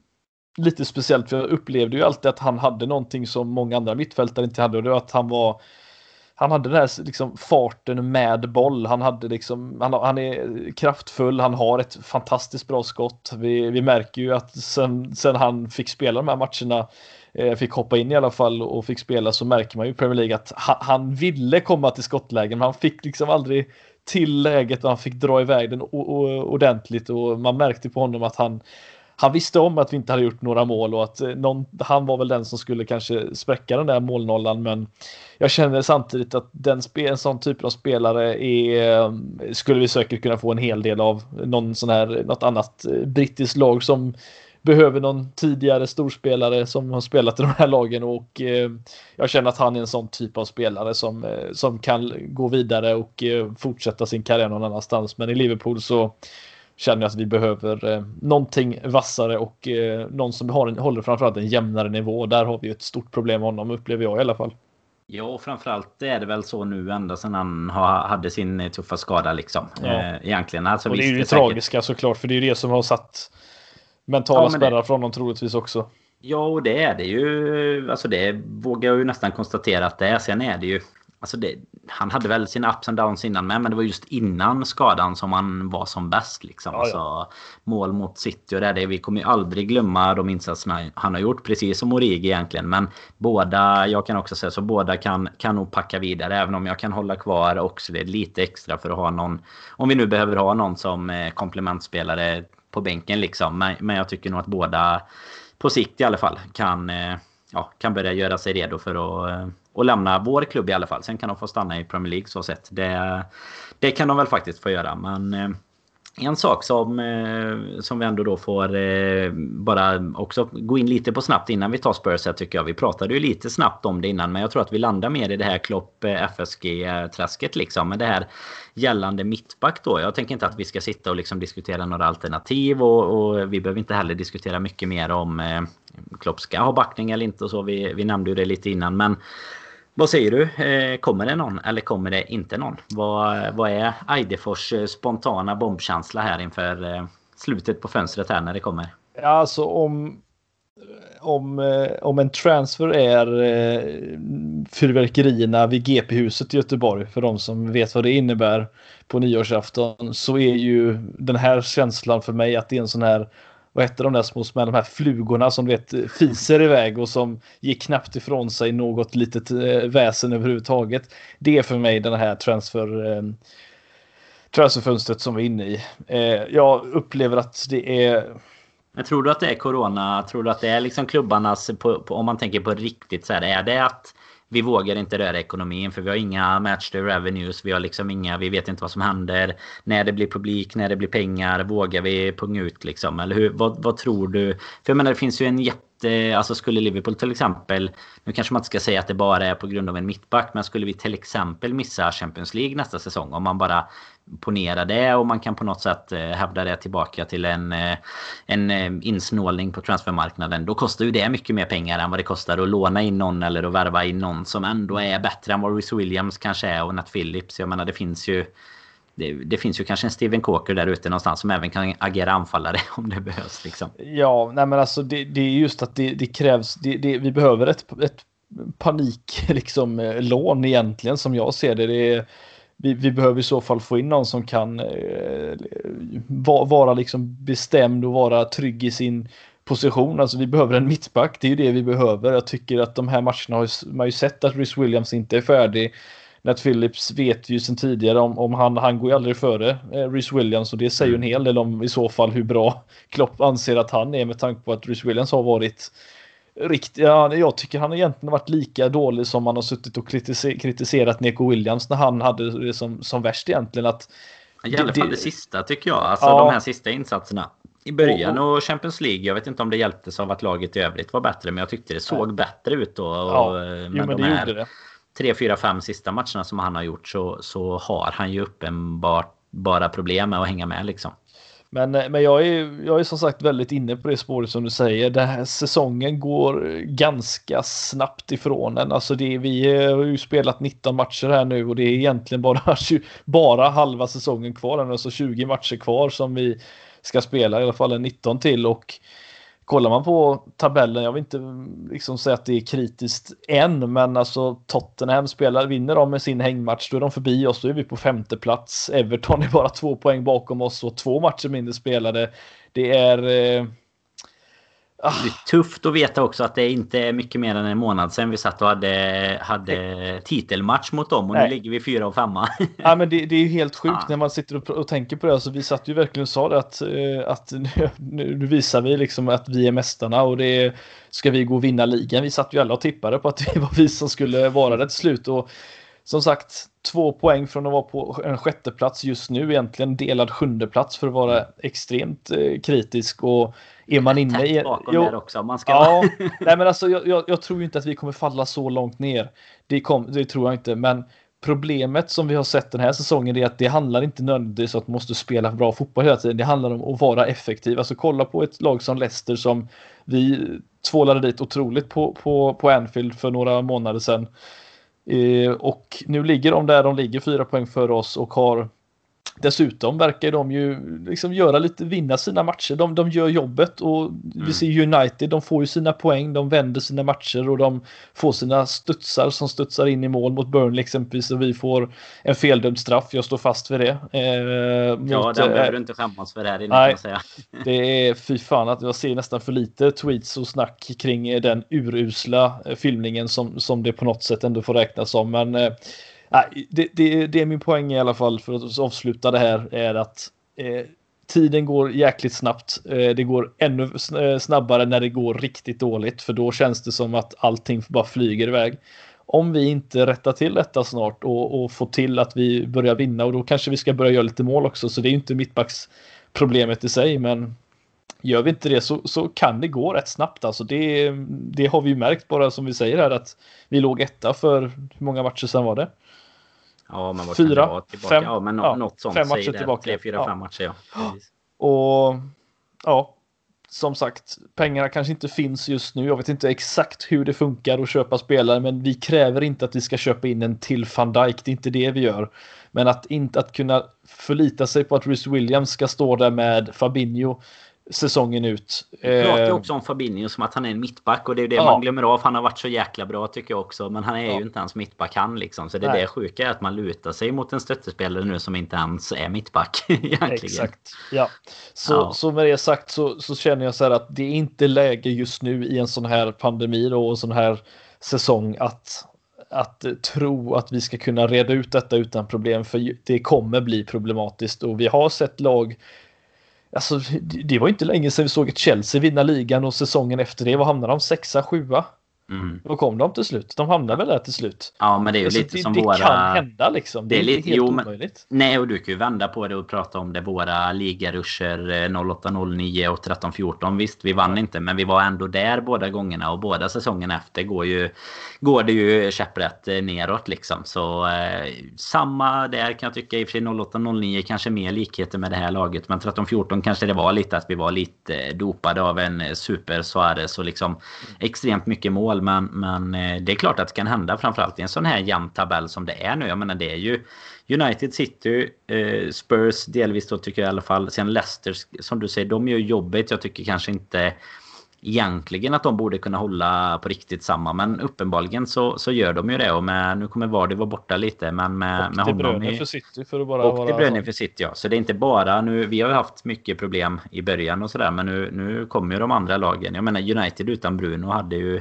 lite speciellt, för jag upplevde ju alltid att han hade någonting som många andra mittfältare inte hade, och det var att han var han hade den här liksom farten med boll. Han hade liksom han, han är kraftfull, han har ett fantastiskt bra skott. Vi, vi märker ju att sen, sen han fick spela de här matcherna, eh, fick hoppa in i alla fall och fick spela, så märker man ju i Premier League att han, han ville komma till skottlägen, men han fick liksom aldrig till läget och han fick dra iväg den o- o- ordentligt, och man märkte på honom att han Han visste om att vi inte hade gjort några mål, och att någon, han var väl den som skulle kanske spräcka den där målnollan, men jag känner samtidigt att den spe, en sån typ av spelare är, skulle vi säkert kunna få en hel del av någon sån här, något annat brittiskt lag som behöver någon tidigare storspelare som har spelat i de här lagen, och eh, jag känner att han är en sån typ av spelare som, eh, som kan gå vidare och eh, fortsätta sin karriär någon annanstans, men i Liverpool så känner jag att vi behöver eh, någonting vassare och eh, någon som har en, håller framförallt en jämnare nivå. Där har vi ett stort problem med honom, upplever jag i alla fall. Ja, och framförallt är det väl så nu ända sedan han ha, hade sin tuffa skada liksom. Ja. Eh, egentligen. Alltså, och det är ju det säkert tragiska såklart, för det är ju det som har satt mentala ja, spärrar det från honom troligtvis också. Ja, och det är det ju. Alltså det vågar jag ju nästan konstatera att det är. Sen är det ju, alltså det, han hade väl sina ups and downs innan med, men det var just innan skadan som han var som bäst liksom. Ja, ja. Alltså, mål mot City och det, det vi kommer ju aldrig glömma de insatserna han har gjort, precis som Origi egentligen, men båda, jag kan också säga så, båda kan, kan nog packa vidare, även om jag kan hålla kvar också det lite extra för att ha någon, om vi nu behöver ha någon som eh, komplementspelare på bänken liksom, men, men jag tycker nog att båda på sikt i alla fall kan, eh, ja, kan börja göra sig redo för att eh, och lämna vår klubb i alla fall. Sen kan de få stanna i Premier League så sett. Det, det kan de väl faktiskt få göra. Men eh, en sak som, eh, som vi ändå då får eh, bara också gå in lite på snabbt innan vi tar Spurs här, tycker jag. Vi pratade ju lite snabbt om det innan, men jag tror att vi landar mer i det här Klopp eh, F S G-träsket liksom. Men det här gällande mittback då. Jag tänker inte att vi ska sitta och liksom diskutera några alternativ, och, och vi behöver inte heller diskutera mycket mer om eh, Klopp ska ha backning eller inte och så. Vi, vi nämnde ju det lite innan, men vad säger du? Eh, kommer det någon eller kommer det inte någon? Vad, vad är Eidefors spontana bombkänsla här inför eh, slutet på fönstret här när det kommer? Ja, alltså om, om, eh, om en transfer är eh, fyrverkerierna vid G P-huset i Göteborg, för de som vet vad det innebär på nyårsafton, så är ju den här känslan för mig att det är en sån här, vad heter de där små små, de här flugorna som vet fiser iväg och som ger knappt ifrån sig något litet väsen överhuvudtaget. Det är för mig den här transfer eh, transferfönstret som vi är inne i. Eh, jag upplever att det är... Men tror du att det är corona? Tror du att det är liksom klubbarnas, på, på, om man tänker på riktigt så här, är det att vi vågar inte röra ekonomin för vi har inga matchday revenues, vi har liksom inga, vi vet inte vad som händer när det blir publik, när det blir pengar, vågar vi punga ut liksom, eller hur, vad, vad tror du? För jag menar, det finns ju en jätte, alltså skulle Liverpool till exempel, nu kanske man inte ska säga att det bara är på grund av en mittback, men skulle vi till exempel missa Champions League nästa säsong, om man bara ponera det och man kan på något sätt eh, hävda det tillbaka till en, eh, en eh, insnålning på transfermarknaden, då kostar ju det mycket mer pengar än vad det kostar att låna in någon eller att värva in någon som ändå är bättre än vad Rhys Williams kanske är och Nat Phillips. Jag menar, det finns ju det, det finns ju kanske en Steven Coker där ute någonstans som även kan agera anfallare om det behövs liksom. Ja, nej men alltså det, det är just att det, det krävs, det, det, vi behöver ett, ett panik liksom lån egentligen som jag ser det. Det är Vi, vi behöver i så fall få in någon som kan eh, va, vara liksom bestämd och vara trygg i sin position. Alltså vi behöver en mittback, det är ju det vi behöver. Jag tycker att de här matcherna har man ju sett att Rhys Williams inte är färdig. Nat Phillips vet vi ju sedan tidigare om, om han, han går ju aldrig före eh, Rhys Williams, och det säger ju en hel del om i så fall hur bra Klopp anser att han är, med tanke på att Rhys Williams har varit riktigt, ja, jag tycker han egentligen varit lika dålig som man har suttit och kritiser- kritiserat Neco Williams när han hade det som, som värst egentligen. Att I alla fall det sista tycker jag, alltså ja, de här sista insatserna i början och Champions League, jag vet inte om det hjälptes av att laget i övrigt var bättre, men jag tyckte det såg nej. bättre ut då. Och, ja, men, jo, men de det här gjorde det. tre, fyra, fem sista matcherna som han har gjort, så, så har han ju uppenbart bara problem med att hänga med liksom. Men, men jag, är, jag är som sagt väldigt inne på det spåret som du säger. Den här säsongen går ganska snabbt ifrån en. Alltså det, vi har ju spelat nitton matcher här nu, och det är egentligen bara, bara halva säsongen kvar. Alltså tjugo matcher kvar som vi ska spela, i alla fall en nitton till. Och kollar man på tabellen, jag vill inte liksom säga att det är kritiskt än, men alltså Tottenham spelar, vinner de med sin hängmatch, då är de förbi oss, då är vi på femte plats. Everton är bara två poäng bakom oss och två matcher mindre spelade. Det är... Eh, ah. Det är tufft att veta också att det inte är mycket mer än en månad sedan vi satt och hade, hade titelmatch mot dem, och nej. Nu ligger vi fyra och femma. Ja, men det, det är ju helt sjukt ah. när man sitter och, och tänker på det. Alltså, vi satt ju verkligen och sa det att, att nu, nu visar vi liksom att vi är mästarna, och det ska vi gå och vinna ligan. Vi satt ju alla och tippade på att det var vi som skulle vara det till slut, och som sagt, två poäng från att vara på en sjätte plats just nu, egentligen delad sjunde plats för att vara mm. extremt eh, kritisk. Och är man inne i... bakom där också, man ska... Ja, nej, men alltså, jag, jag, jag tror inte att vi kommer falla så långt ner. Det, kom, det tror jag inte, men problemet som vi har sett den här säsongen är att det handlar inte nödvändigtvis om att man måste spela bra fotboll hela tiden. Det handlar om att vara effektiv. Alltså kolla på ett lag som Leicester som vi tvålade dit otroligt på, på, på Anfield för några månader sedan. Eh, och nu ligger de där, de ligger fyra poäng för oss och har dessutom verkar de ju liksom göra lite, vinna sina matcher. De, de gör jobbet, och mm. vi ser United, de får ju sina poäng, de vänder sina matcher och de får sina studsar som studsar in i mål mot Burnley exempelvis, och vi får en feldömd straff. Jag står fast för det. Eh, mot, ja, den behöver eh, du inte skämmas för det här innan, nej, kan man säga. Det är fy fan att jag ser nästan för lite tweets och snack kring den urusla filmningen som, som det på något sätt ändå får räknas som, men eh, Nej, det, det, det är min poäng i alla fall, för att avsluta det här, är att eh, tiden går jäkligt snabbt. Eh, det går ännu snabbare när det går riktigt dåligt, för då känns det som att allting bara flyger iväg. Om vi inte rättar till detta snart och, och får till att vi börjar vinna, och då kanske vi ska börja göra lite mål också, så det är ju inte mittbacksproblemet i sig, men gör vi inte det så, så kan det gå rätt snabbt. Alltså det, det har vi ju märkt, bara som vi säger här, att vi låg etta för hur många matcher sedan var det? Ja, men vad fyra, kan det fem, ja, men något, ja, något sånt fem matcher tillbaka. Tre, fyra, ja. fem matcher, ja. Precis. Och ja, som sagt, pengarna kanske inte finns just nu. Jag vet inte exakt hur det funkar att köpa spelare, men vi kräver inte att vi ska köpa in en till Van Dijk. Det är inte det vi gör. Men att inte att kunna förlita sig på att Rhys Williams ska stå där med Fabinho säsongen ut. Vi pratar ju också om Fabinho som att han är en mittback, och det är det ja. man glömmer av. Han har varit så jäkla bra tycker jag också, men han är ja. ju inte ens mittback han liksom. Så det är Nej. det sjuka, att man lutar sig mot en stöttespelare nu som inte ens är mittback egentligen. Exakt. Ja. Så, ja. så med det sagt så, så känner jag så här att det är inte läge just nu i en sån här pandemi då, och en sån här säsong att att tro att vi ska kunna reda ut detta utan problem, för det kommer bli problematiskt, och vi har sett lag. Alltså, det var inte länge sedan vi såg ett Chelsea vinna ligan, och säsongen efter det, vad hamnade de? Sexa, sjua? Mm. Vad kom de till slut? De hamnade väl där till slut. Ja, men det är ju alltså, lite det, som det våra... Det kan hända liksom. Det, det är lite helt jo, men... omöjligt. Nej, och du kan ju vända på det och prata om det. Våra ligaruscher noll åtta noll nio och tretton fjorton. Visst, vi vann ja. inte, men vi var ändå där båda gångerna. Och båda säsongen efter går, ju, går det ju käpprätt neråt liksom. Så eh, samma där kan jag tycka. I och för sig noll åtta noll nio kanske mer likheter med det här laget. Men tretton fjorton kanske det var lite att vi var lite dopade av en super Suarez och liksom mm. extremt mycket mål. Men, men det är klart att det kan hända, framförallt i en sån här jämn tabell som det är nu. Jag menar, det är ju United City, eh, Spurs delvis då tycker jag i alla fall. Sen Leicester, som du säger, de gör jobbet. Jag tycker kanske inte egentligen att de borde kunna hålla på riktigt samma, men uppenbarligen så, så gör de ju det. Och med, nu kommer Vardy vara borta lite, men med, och med honom i, för City för att bara och vara det bränner för City, ja. Så det är inte bara nu, vi har ju haft mycket problem i början och sådär, men nu, nu kommer ju de andra lagen. Jag menar, United utan Bruno hade ju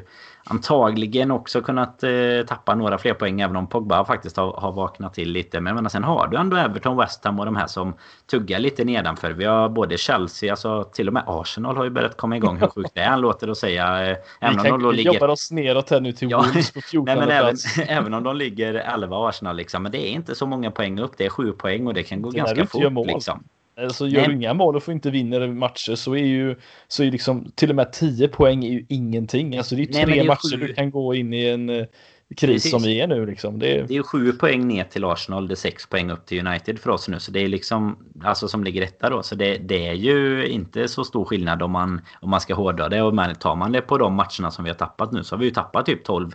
antagligen också kunnat eh, tappa några fler poäng även om Pogba faktiskt har, har vaknat till lite. Men jag menar, sen har du ändå Everton, West Ham och de här som tuggar lite nedanför. Vi har både Chelsea, alltså till och med Arsenal har ju börjat komma igång. Hur sjukt det är, låter att säga. Eh, även vi kan om de ligger... jobba oss neråt här nu till ja, Wolves på fjorton. Nej, men även, även om de ligger elva Arsenal liksom. Men det är inte så många poäng upp. Det är sju poäng och det kan gå det ganska fort liksom. Alltså gör du inga mål och får inte vinna matcher så är ju så är liksom till och med tio poäng är ju ingenting. Alltså det är ju tre Nej, är matcher sju. Du kan gå in i en uh, kris Precis. Som vi är nu liksom. Det är... det är ju sju poäng ner till Arsenal, det är sex poäng upp till United för oss nu. Så det är liksom, alltså som ligger rätta då. Så det, det är ju inte så stor skillnad om man, om man ska hårdra det. Och man, tar man det på de matcherna som vi har tappat nu så har vi ju tappat typ tolv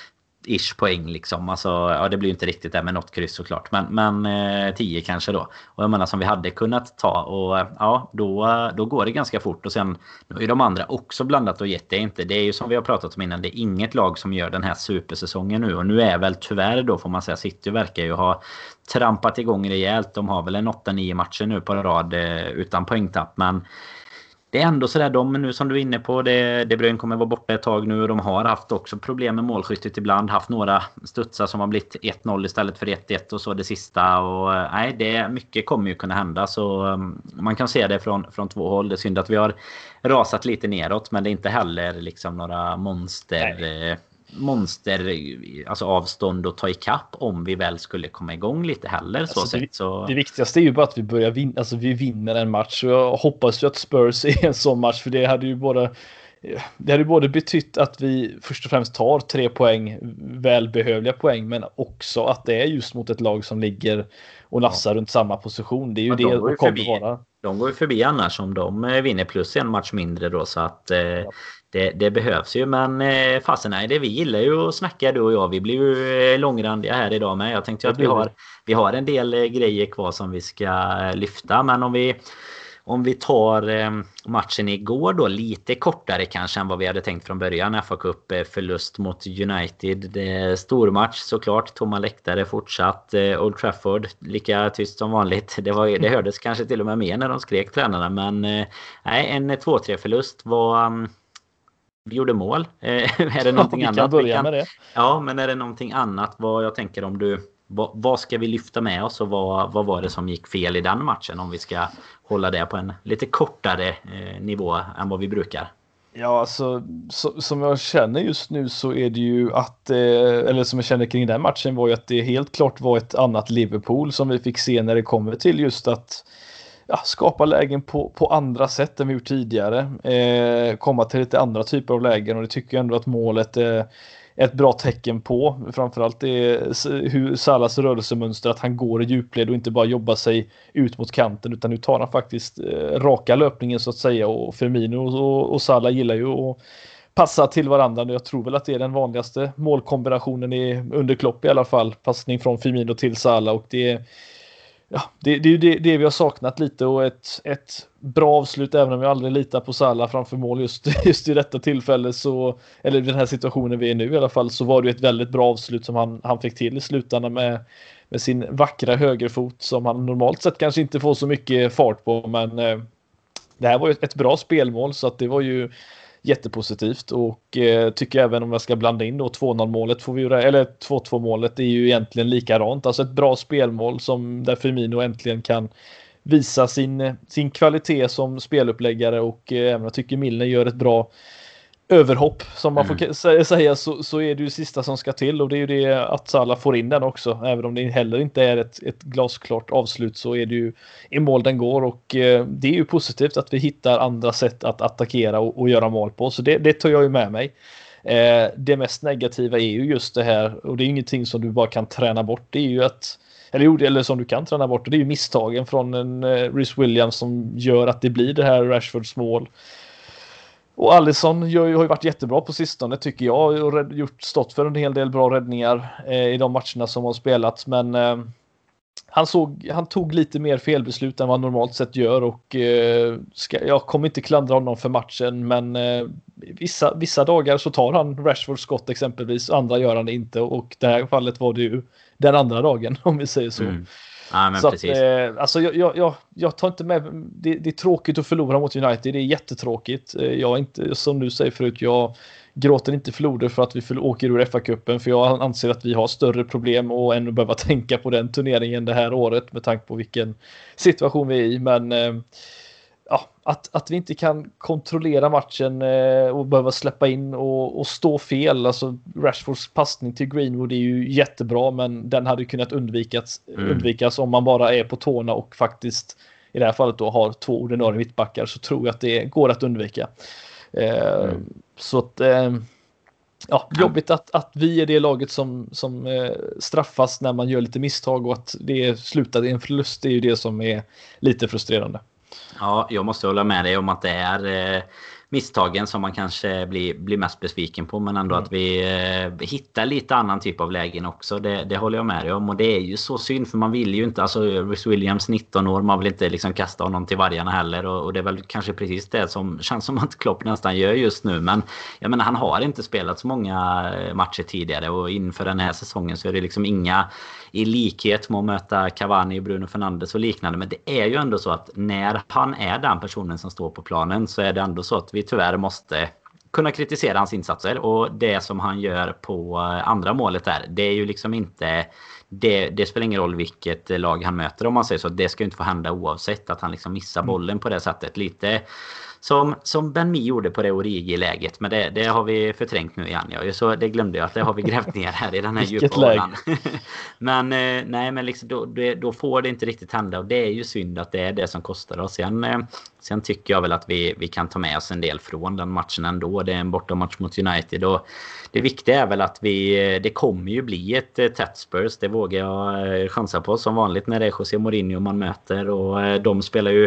ish poäng liksom. Alltså, ja, det blir ju inte riktigt där med något kryss såklart. Men, men eh, tio kanske då. Och jag menar som vi hade kunnat ta. Och ja, då, då går det ganska fort. Och sen nu är de andra också blandat och gett det inte. Det är ju som vi har pratat om innan. Det är inget lag som gör den här supersäsongen nu. Och nu är väl tyvärr då får man säga. City verkar ju ha trampat igång rejält. De har väl en åtta nio matcher nu på rad eh, utan poängtapp. Men det är ändå sådär, de nu som du är inne på, det, det Bruyne kommer vara borta ett tag nu och de har haft också problem med målskyttet ibland, haft några studsar som har blivit ett noll istället för ett ett och så det sista och nej, det mycket kommer ju kunna hända så um, man kan se det från, från två håll. Det är synd att vi har rasat lite neråt men det är inte heller liksom några monster... Eh, monster alltså avstånd och ta i kapp om vi väl skulle komma igång lite heller alltså så det, sätt så det viktigaste är ju bara att vi börjar vinna alltså vi vinner en match och jag hoppas ju att Spurs är en sån match för det hade ju både det hade ju både betytt att vi först och främst tar tre poäng välbehövliga poäng men också att det är just mot ett lag som ligger och nassar ja. Runt samma position. Det är ju ja, det och kommer vara. De går ju förbi annars om de vinner plus en match mindre då så att eh, ja. Det, det behövs ju, men eh, fasen nej, det vi gillar ju att snacka du och jag. Vi blir ju långrandiga här idag med. Jag tänkte ju att vi har, vi har en del eh, grejer kvar som vi ska eh, lyfta. Men om vi, om vi tar eh, matchen igår då lite kortare kanske än vad vi hade tänkt från början. F A Cup eh, förlust mot United. Det är stor match såklart. Tomma läktare fortsatt. Eh, Old Trafford lika tyst som vanligt. Det, var, det hördes kanske till och med mer när de skrek tränarna. Men eh, nej, en två tre förlust var... Um, Vi gjorde mål. Eh, är det någonting ja, annat? Börja vi kan, med det. Ja, men är det någonting annat? Vad jag tänker om du... Vad, vad ska vi lyfta med oss och vad, vad var det som gick fel i den matchen? Om vi ska hålla det på en lite kortare eh, nivå än vad vi brukar. Ja, alltså så, som jag känner just nu så är det ju att... Eh, eller som jag känner kring den matchen var ju att det helt klart var ett annat Liverpool som vi fick se när det kommer till just att... Ja, skapa lägen på, på andra sätt än vi gjort tidigare. Eh, komma till lite andra typer av lägen och det tycker jag ändå att målet är ett bra tecken på. Framförallt det är hur Salas rörelsemönster att han går i djupled och inte bara jobbar sig ut mot kanten utan nu tar han faktiskt eh, raka löpningen så att säga och Firmino och, och Salah gillar ju att passa till varandra. Jag tror väl att det är den vanligaste målkombinationen i, under Klopp i alla fall. Passning från Firmino till Salah och det är Ja, det, det är ju det, det vi har saknat lite och ett, ett bra avslut även om vi aldrig litar på Salah framför mål just, just i detta tillfälle så, eller den här situationen vi är nu i alla fall så var det ett väldigt bra avslut som han, han fick till i slutändan med, med sin vackra högerfot som han normalt sett kanske inte får så mycket fart på men eh, det här var ju ett, ett bra spelmål så att det var ju jättepositivt och eh, tycker även om jag ska blanda in då två noll målet får vi göra, eller två två målet är ju egentligen likadant, alltså ett bra spelmål som där Firmino äntligen kan visa sin, sin kvalitet som speluppläggare och eh, jag tycker Milner gör ett bra överhopp som man mm. får säga så, så är det ju sista som ska till och det är ju det att Salah får in den också även om det heller inte är ett, ett glasklart avslut så är det ju i mål den går och eh, det är ju positivt att vi hittar andra sätt att attackera och, och göra mål på så det, det tar jag ju med mig. Eh, det mest negativa är ju just det här och det är ingenting som du bara kan träna bort, det är ju att eller, eller som du kan träna bort och det är ju misstagen från en eh, Rhys Williams som gör att det blir det här Rashfords mål. Och Alisson gör, har ju varit jättebra på sistone tycker jag och red, gjort, stått för en hel del bra räddningar eh, i de matcherna som har spelats men eh, han, såg, han tog lite mer felbeslut än vad han normalt sett gör och eh, ska, jag kommer inte klandra honom för matchen men eh, vissa, vissa dagar så tar han Rashfords skott exempelvis, andra gör han det inte och det här fallet var det ju den andra dagen om vi säger så. Mm. Ja, men så precis. Att, eh, alltså jag, jag, jag, jag tar inte med det, det är tråkigt att förlora mot United, det är jättetråkigt. Jag är inte, som du säger förut, jag, gråter inte floder för att vi åker ur F A-cupen, för jag anser att vi har större problem och ännu behöva tänka på den turneringen det här året med tanke på vilken situation vi är i. Men eh, ja, att, att vi inte kan kontrollera matchen eh, och behöva släppa in och, och stå fel. Alltså Rashfords passning till Greenwood är ju jättebra, men den hade kunnat undvikas, mm. undvikas om man bara är på tårna och faktiskt i det här fallet då har två ordinarie mittbackar, så tror jag att det går att undvika. Eh, mm. Så att eh, ja, jobbigt att, att vi är det laget som, som eh, straffas när man gör lite misstag, och att det slutar i en förlust, det är ju det som är lite frustrerande. Ja, jag måste hålla med dig om att det är eh, misstagen som man kanske blir, blir mest besviken på, men ändå mm. att vi eh, hittar lite annan typ av lägen också, det, det håller jag med dig om. Och det är ju så synd, för man vill ju inte, alltså Rhys Williams nitton år, man vill inte liksom kasta honom till vargarna heller, och, och det är väl kanske precis det som känns som att Klopp nästan gör just nu. Men jag menar, han har inte spelat så många matcher tidigare, och inför den här säsongen så är det liksom inga i likhet med att möta Cavani, Bruno Fernandes och liknande. Men det är ju ändå så att när han är den personen som står på planen, så är det ändå så att vi tyvärr måste kunna kritisera hans insatser. Och det som han gör på andra målet där, det är ju liksom inte... Det, det spelar ingen roll vilket lag han möter, om man säger så. Det ska ju inte få hända oavsett att han liksom missar bollen på det sättet. Lite som, som Ben Mee gjorde på det Origi-läget. Men det, det har vi förträngt nu igen. Ja. Så det glömde jag, att det har vi grävt ner här i den här djupa hålan. Men nej, men liksom, då, då får det inte riktigt hända. Och det är ju synd att det är det som kostar oss. Sen, sen tycker jag väl att vi, vi kan ta med oss en del från den matchen ändå. Det är en bortamatch mot United. Och det viktiga är väl att vi, det kommer ju bli ett tätt Spurs. Det vågar jag chansa på, som vanligt när det är José Mourinho man möter. Och de spelar ju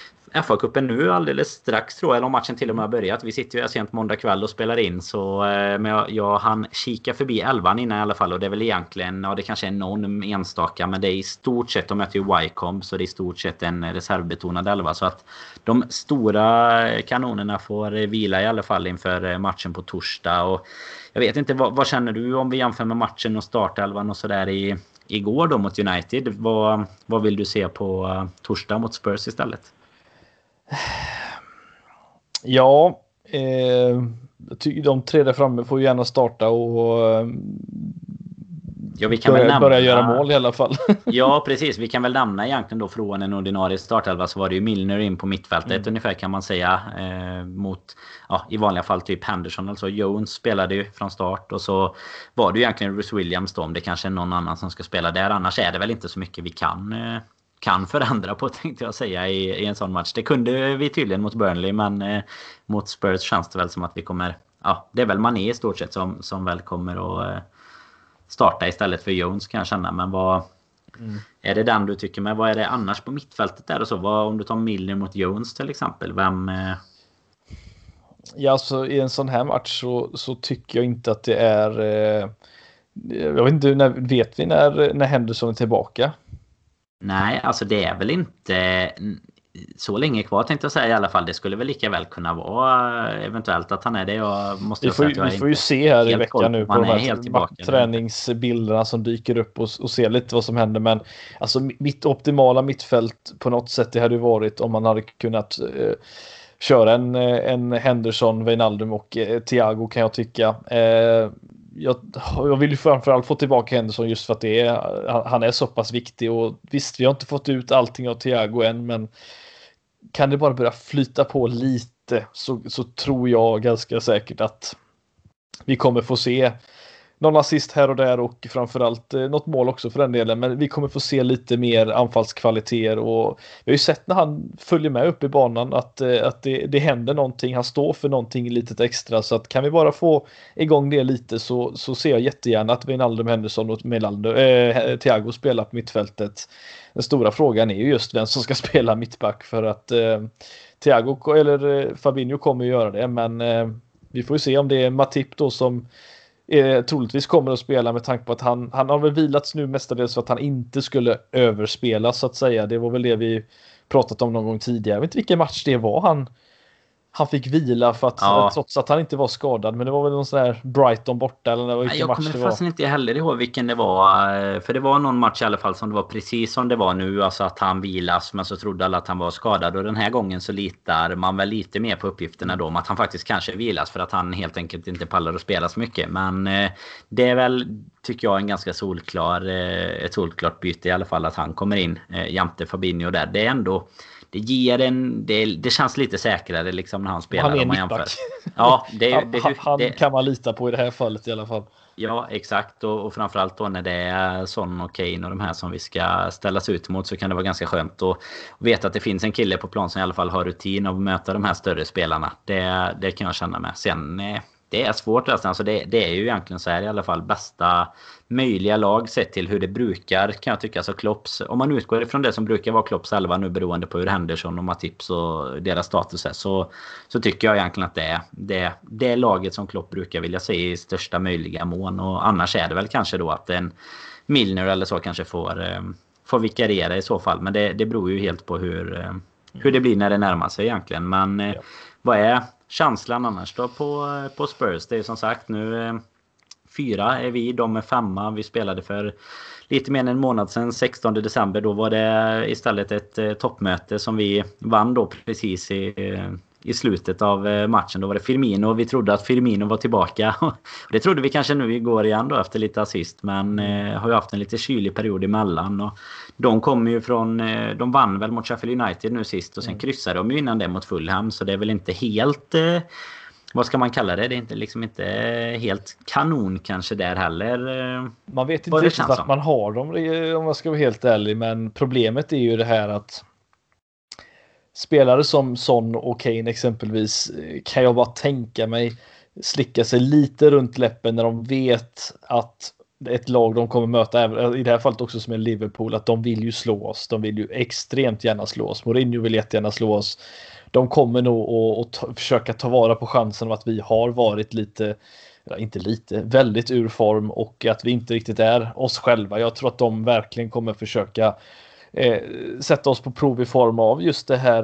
F A-cupen nu alldeles strax, tror jag, eller om matchen till och med har börjat. Vi sitter ju sent måndag kväll och spelar in, så men jag, jag han kika förbi elvan innan i alla fall, och det är väl egentligen, ja det kanske är någon enstaka, men det är i stort sett, de möter ju Wycombe, så det är i stort sett en reservbetonad elva, så att de stora kanonerna får vila i alla fall inför matchen på torsdag. Och jag vet inte, vad, vad känner du om vi jämför med matchen och startelvan och sådär i igår då mot United? Vad, vad vill du se på torsdag mot Spurs istället? Ja, eh, de tre där framme får ju gärna starta och eh, ja, vi kan börja, väl nämna, börja göra mål i alla fall. Ja, precis. Vi kan väl nämna egentligen då från en ordinarie startelva, så var det ju Milner in på mittfältet mm. ungefär, kan man säga, eh, mot, ja, i vanliga fall typ Henderson. Alltså Jones spelade ju från start, och så var det ju egentligen Rhys Williams då, om det kanske är någon annan som ska spela där. Annars är det väl inte så mycket vi kan... Eh, kan förändra på, tänkte jag säga, i, i en sån match. Det kunde vi tydligen mot Burnley, men eh, mot Spurs känns det väl som att vi kommer, ja, det är väl Mané i stort sett som, som väl kommer att eh, starta istället för Jones, kan jag känna. Men vad mm. är det den du tycker med? Vad är det annars på mittfältet där och så? Vad, om du tar Milner mot Jones till exempel, vem... Eh... Ja, alltså i en sån här match så, så tycker jag inte att det är... Eh, jag vet inte, när, vet vi när, när Henderson är tillbaka? Nej, alltså det är väl inte så länge kvar, tänkte jag säga i alla fall. Det skulle väl lika väl kunna vara eventuellt att han är det. Jag måste vi får, säga att vi får ju se här i veckan nu på de här träningsbilderna som dyker upp och, och se lite vad som händer. Men alltså mitt optimala mittfält på något sätt, det hade ju varit om man hade kunnat eh, köra en, en Henderson, Wijnaldum och eh, Thiago, kan jag tycka. Eh, Jag, jag vill ju framförallt få tillbaka Henderson just för att det är, han är så pass viktig, och visst, vi har inte fått ut allting av Thiago än, men kan det bara börja flyta på lite, så, så tror jag ganska säkert att vi kommer få se någon assist här och där, och framförallt eh, något mål också för den delen, men vi kommer få se lite mer anfallskvaliteter, och vi har ju sett när han följer med upp i banan att, eh, att det, det händer någonting, han står för någonting lite extra, så att kan vi bara få igång det lite, så, så ser jag jättegärna att Wijnaldum, Henderson och Melander, eh, Thiago spelar på mittfältet. Den stora frågan är ju just vem som ska spela mittback, för att eh, Thiago eller eh, Fabinho kommer ju göra det, men eh, vi får ju se om det är Matip då som Eh, troligtvis kommer att spela, med tanke på att han, han har väl vilats nu mestadels för att han inte skulle överspela, så att säga. Det var väl det vi pratat om någon gång tidigare. Jag vet inte vilken match det var han han fick vila för att, Ja. trots att han inte var skadad. Men det var väl någon sån här Brighton borta eller vilken Nej, jag match kommer det var. fast inte heller ihåg vilken det var. För det var någon match i alla fall som det var precis som det var nu. Alltså att han vilas, men så trodde alla att han var skadad. Och den här gången så litar man väl lite mer på uppgifterna då om att han faktiskt kanske vilas. För att han helt enkelt inte pallar att spela så mycket. Men eh, det är väl, tycker jag, en ganska solklar, eh, ett solklart byte i alla fall att han kommer in. Eh, jämte Fabinho där. Det är ändå... Det ger en... Det, det känns lite säkrare liksom när han spelar. Han är om man mittback. jämför. Ja, det, han, det, han, han det, kan man lita på i det här fallet i alla fall. Ja, exakt. Och, och framförallt då när det är Son och Kane och de här som vi ska ställas ut mot, så kan det vara ganska skönt att veta att det finns en kille på plan som i alla fall har rutin av att möta de här större spelarna. Det, det kan jag känna med. Sen... Eh, det är svårt alltså. alltså det, det är ju egentligen så här i alla fall bästa möjliga lag sett till hur det brukar, kan jag tycka. Alltså Klopps, om man utgår ifrån det som brukar vara Klopps elva nu beroende på hur Henderson och Matips och deras status är, så, så tycker jag egentligen att det är det, det är laget som Klopp brukar vilja se i största möjliga mån. Och annars är det väl kanske då att en Milner eller så kanske får, får vikariera i så fall. Men det, det beror ju helt på hur, hur det blir när det närmar sig egentligen. Men ja. Vad är känslan annars då på, på Spurs? Det är som sagt nu eh, fyra är vi, de är femma. Vi spelade för lite mer än en månad sedan, sextonde december. Då var det istället ett eh, toppmöte som vi vann då precis i, eh, i slutet av eh, matchen. Då var det Firmino och vi trodde att Firmino var tillbaka. Och det trodde vi kanske nu igår igen då efter lite assist. Men eh, har ju haft en lite kylig period emellan. Och de kommer ju från, eh, de vann väl mot Sheffield United nu sist. Och sen kryssade de ju innan det mot Fulham. Så det är väl inte helt... Eh, vad ska man kalla det? Det är inte, liksom inte helt kanon kanske där heller. Man vet inte riktigt vart man har dem om man ska vara helt ärlig. Men problemet är ju det här att spelare som Son och Kane exempelvis kan jag bara tänka mig slicka sig lite runt läppen när de vet att ett lag de kommer möta, i det här fallet också som är Liverpool, att de vill ju slå oss. De vill ju extremt gärna slå oss. Mourinho vill jättegärna slå oss. De kommer nog att, att ta, försöka ta vara på chansen av att vi har varit lite, inte lite, väldigt ur form och att vi inte riktigt är oss själva. Jag tror att de verkligen kommer försöka eh, sätta oss på prov i form av just det här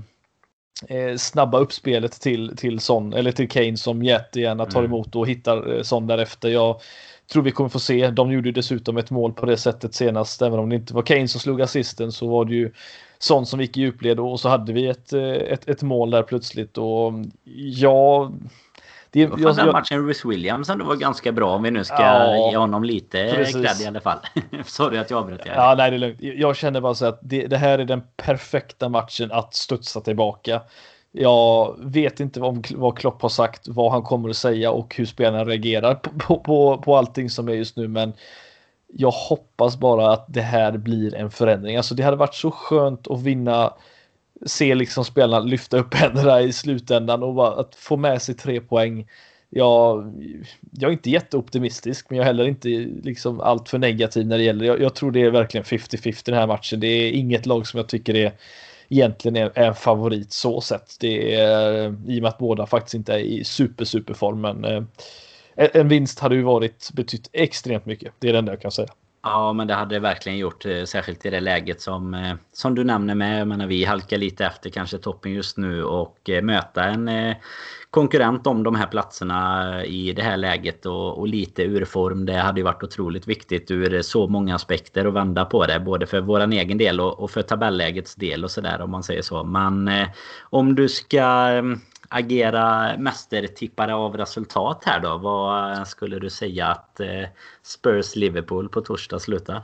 eh, snabba uppspelet till, till Son, eller till Kane som jättegärna tar emot och hittar eh, Son därefter. Jag tror vi kommer få se. De gjorde dessutom ett mål på det sättet senast. Även om det inte var Kane som slog assisten så var det ju Son som gick i djupled och så hade vi ett, ett, ett mål där plötsligt. Och ja... Det, jag, jag, den matchen Rhys Williams det var ganska bra om vi nu ska ja, ge honom lite cred i alla fall. Sorry att jag avbröt. Ja, nej, det är lugnt. Jag känner bara så att det, det här är den perfekta matchen att studsa tillbaka. Jag vet inte vad, vad Klopp har sagt, vad han kommer att säga och hur spelarna reagerar på, på, på, på allting som är just nu, men jag hoppas bara att det här blir en förändring. Alltså det hade varit så skönt att vinna, se liksom spelarna lyfta upp händerna i slutändan och bara att få med sig tre poäng. Jag, jag är inte jätteoptimistisk, men jag är heller inte liksom allt för negativ när det gäller. Jag, jag tror det är verkligen femtio femtio den här matchen. Det är inget lag som jag tycker är egentligen är en favorit så sett. Det är i och med att båda faktiskt inte är i super super form, men eh, en vinst hade ju varit betytt extremt mycket. Det är det enda jag kan säga. Ja, men det hade det verkligen gjort, särskilt i det läget som, som du nämner med. Jag menar, vi halkar lite efter kanske toppen just nu och möta en konkurrent om de här platserna i det här läget och, och lite ur form. Det hade ju varit otroligt viktigt ur så många aspekter att vända på det, både för våran egen del och, och för tabellägets del och sådär om man säger så. Men eh, om du ska agera mästertippare av resultat här då, vad skulle du säga att eh, Spurs Liverpool på torsdag slutar?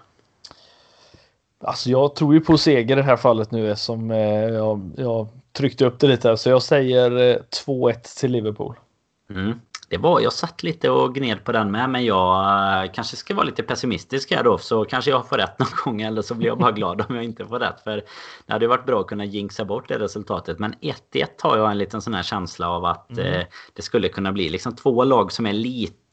Alltså jag tror ju på seger i det här fallet nu som eh, jag, jag tryckte upp det lite här, så jag säger eh, två ett till Liverpool. Mm. Det var, jag satt lite och gned på den med, men jag äh, kanske ska vara lite pessimistisk här då, så kanske jag får rätt någon gång, eller så blir jag bara glad om jag inte får rätt, för det hade varit bra att kunna jinxa bort det resultatet. Men ett ett har jag en liten sån här känsla av att mm. eh, det skulle kunna bli liksom två lag som är lite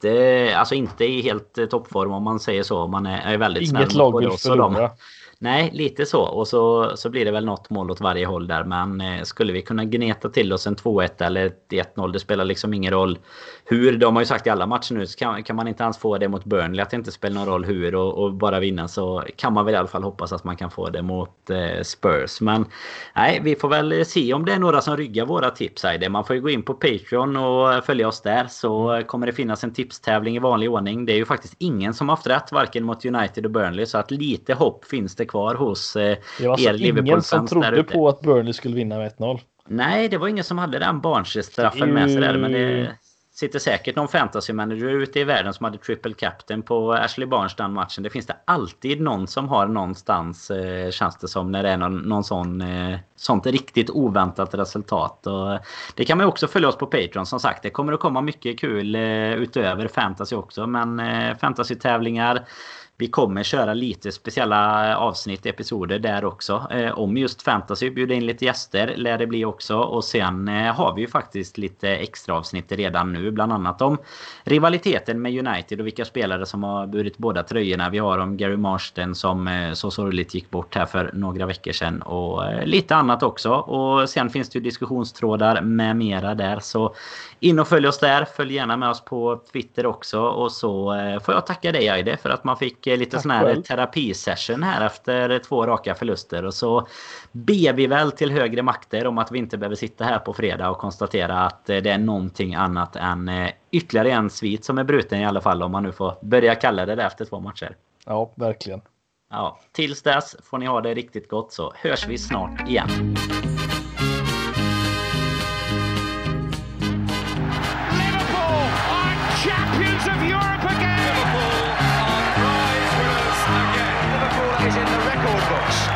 inte, alltså inte i helt eh, toppform om man säger så. Man är, är väldigt snäll. Inget lag vill förlora. Nej, lite så. Och så, så blir det väl något mål åt varje håll där. Men eh, skulle vi kunna gneta till oss en två ett eller ett ett noll, det spelar liksom ingen roll hur. De har ju sagt i alla matcher nu, så kan, kan man inte ens få det mot Burnley, att det inte spelar någon roll hur och, och bara vinna, så kan man väl i alla fall hoppas att man kan få det mot eh, Spurs. Men nej, vi får väl se om det är några som ryggar våra tips här. Man får ju gå in på Patreon och följa oss där, så kommer det finnas en tipstävling i vanlig ordning. Det är ju faktiskt ingen som har haft rätt, varken mot United och Burnley, så att lite hopp finns det kvar hos eh, det var er Liverpool-fans. Ingen som trodde på att Burnley skulle vinna med ett noll. Nej, det var ingen som hade den barnstraffen med sig där, men det sitter säkert någon fantasy manager ute i världen som hade triple captain på Ashley Barnes den matchen. Det finns det alltid någon som har någonstans, eh, känns det som, när det är någon, någon sån, eh, sånt riktigt oväntat resultat. Och det kan man också följa oss på Patreon, som sagt. Det kommer att komma mycket kul eh, utöver fantasy också, men eh, fantasy-tävlingar. Vi kommer köra lite speciella avsnitt, episoder där också. Eh, om just fantasy, bjuda in lite gäster lär det bli också. Och sen eh, har vi ju faktiskt lite extra avsnitt redan nu. Bland annat om rivaliteten med United och vilka spelare som har burit båda tröjorna. Vi har om Gary Marston som eh, så sorgligt gick bort här för några veckor sedan. Och eh, lite annat också. Och sen finns det ju diskussionstrådar med mera där. Så in och följ oss där. Följ gärna med oss på Twitter också. Och så eh, får jag tacka dig, Aide, för att man fick lite sån här terapisession här efter två raka förluster. Och så ber vi väl till högre makter om att vi inte behöver sitta här på fredag och konstatera att det är någonting annat än ytterligare en svit som är bruten, i alla fall om man nu får börja kalla det där efter två matcher. Ja, verkligen. Ja, tills dess får ni ha det riktigt gott, så hörs vi snart igen. Liverpool are champions of Europe again. Liverpool are prize winners again. Liverpool is in the record books.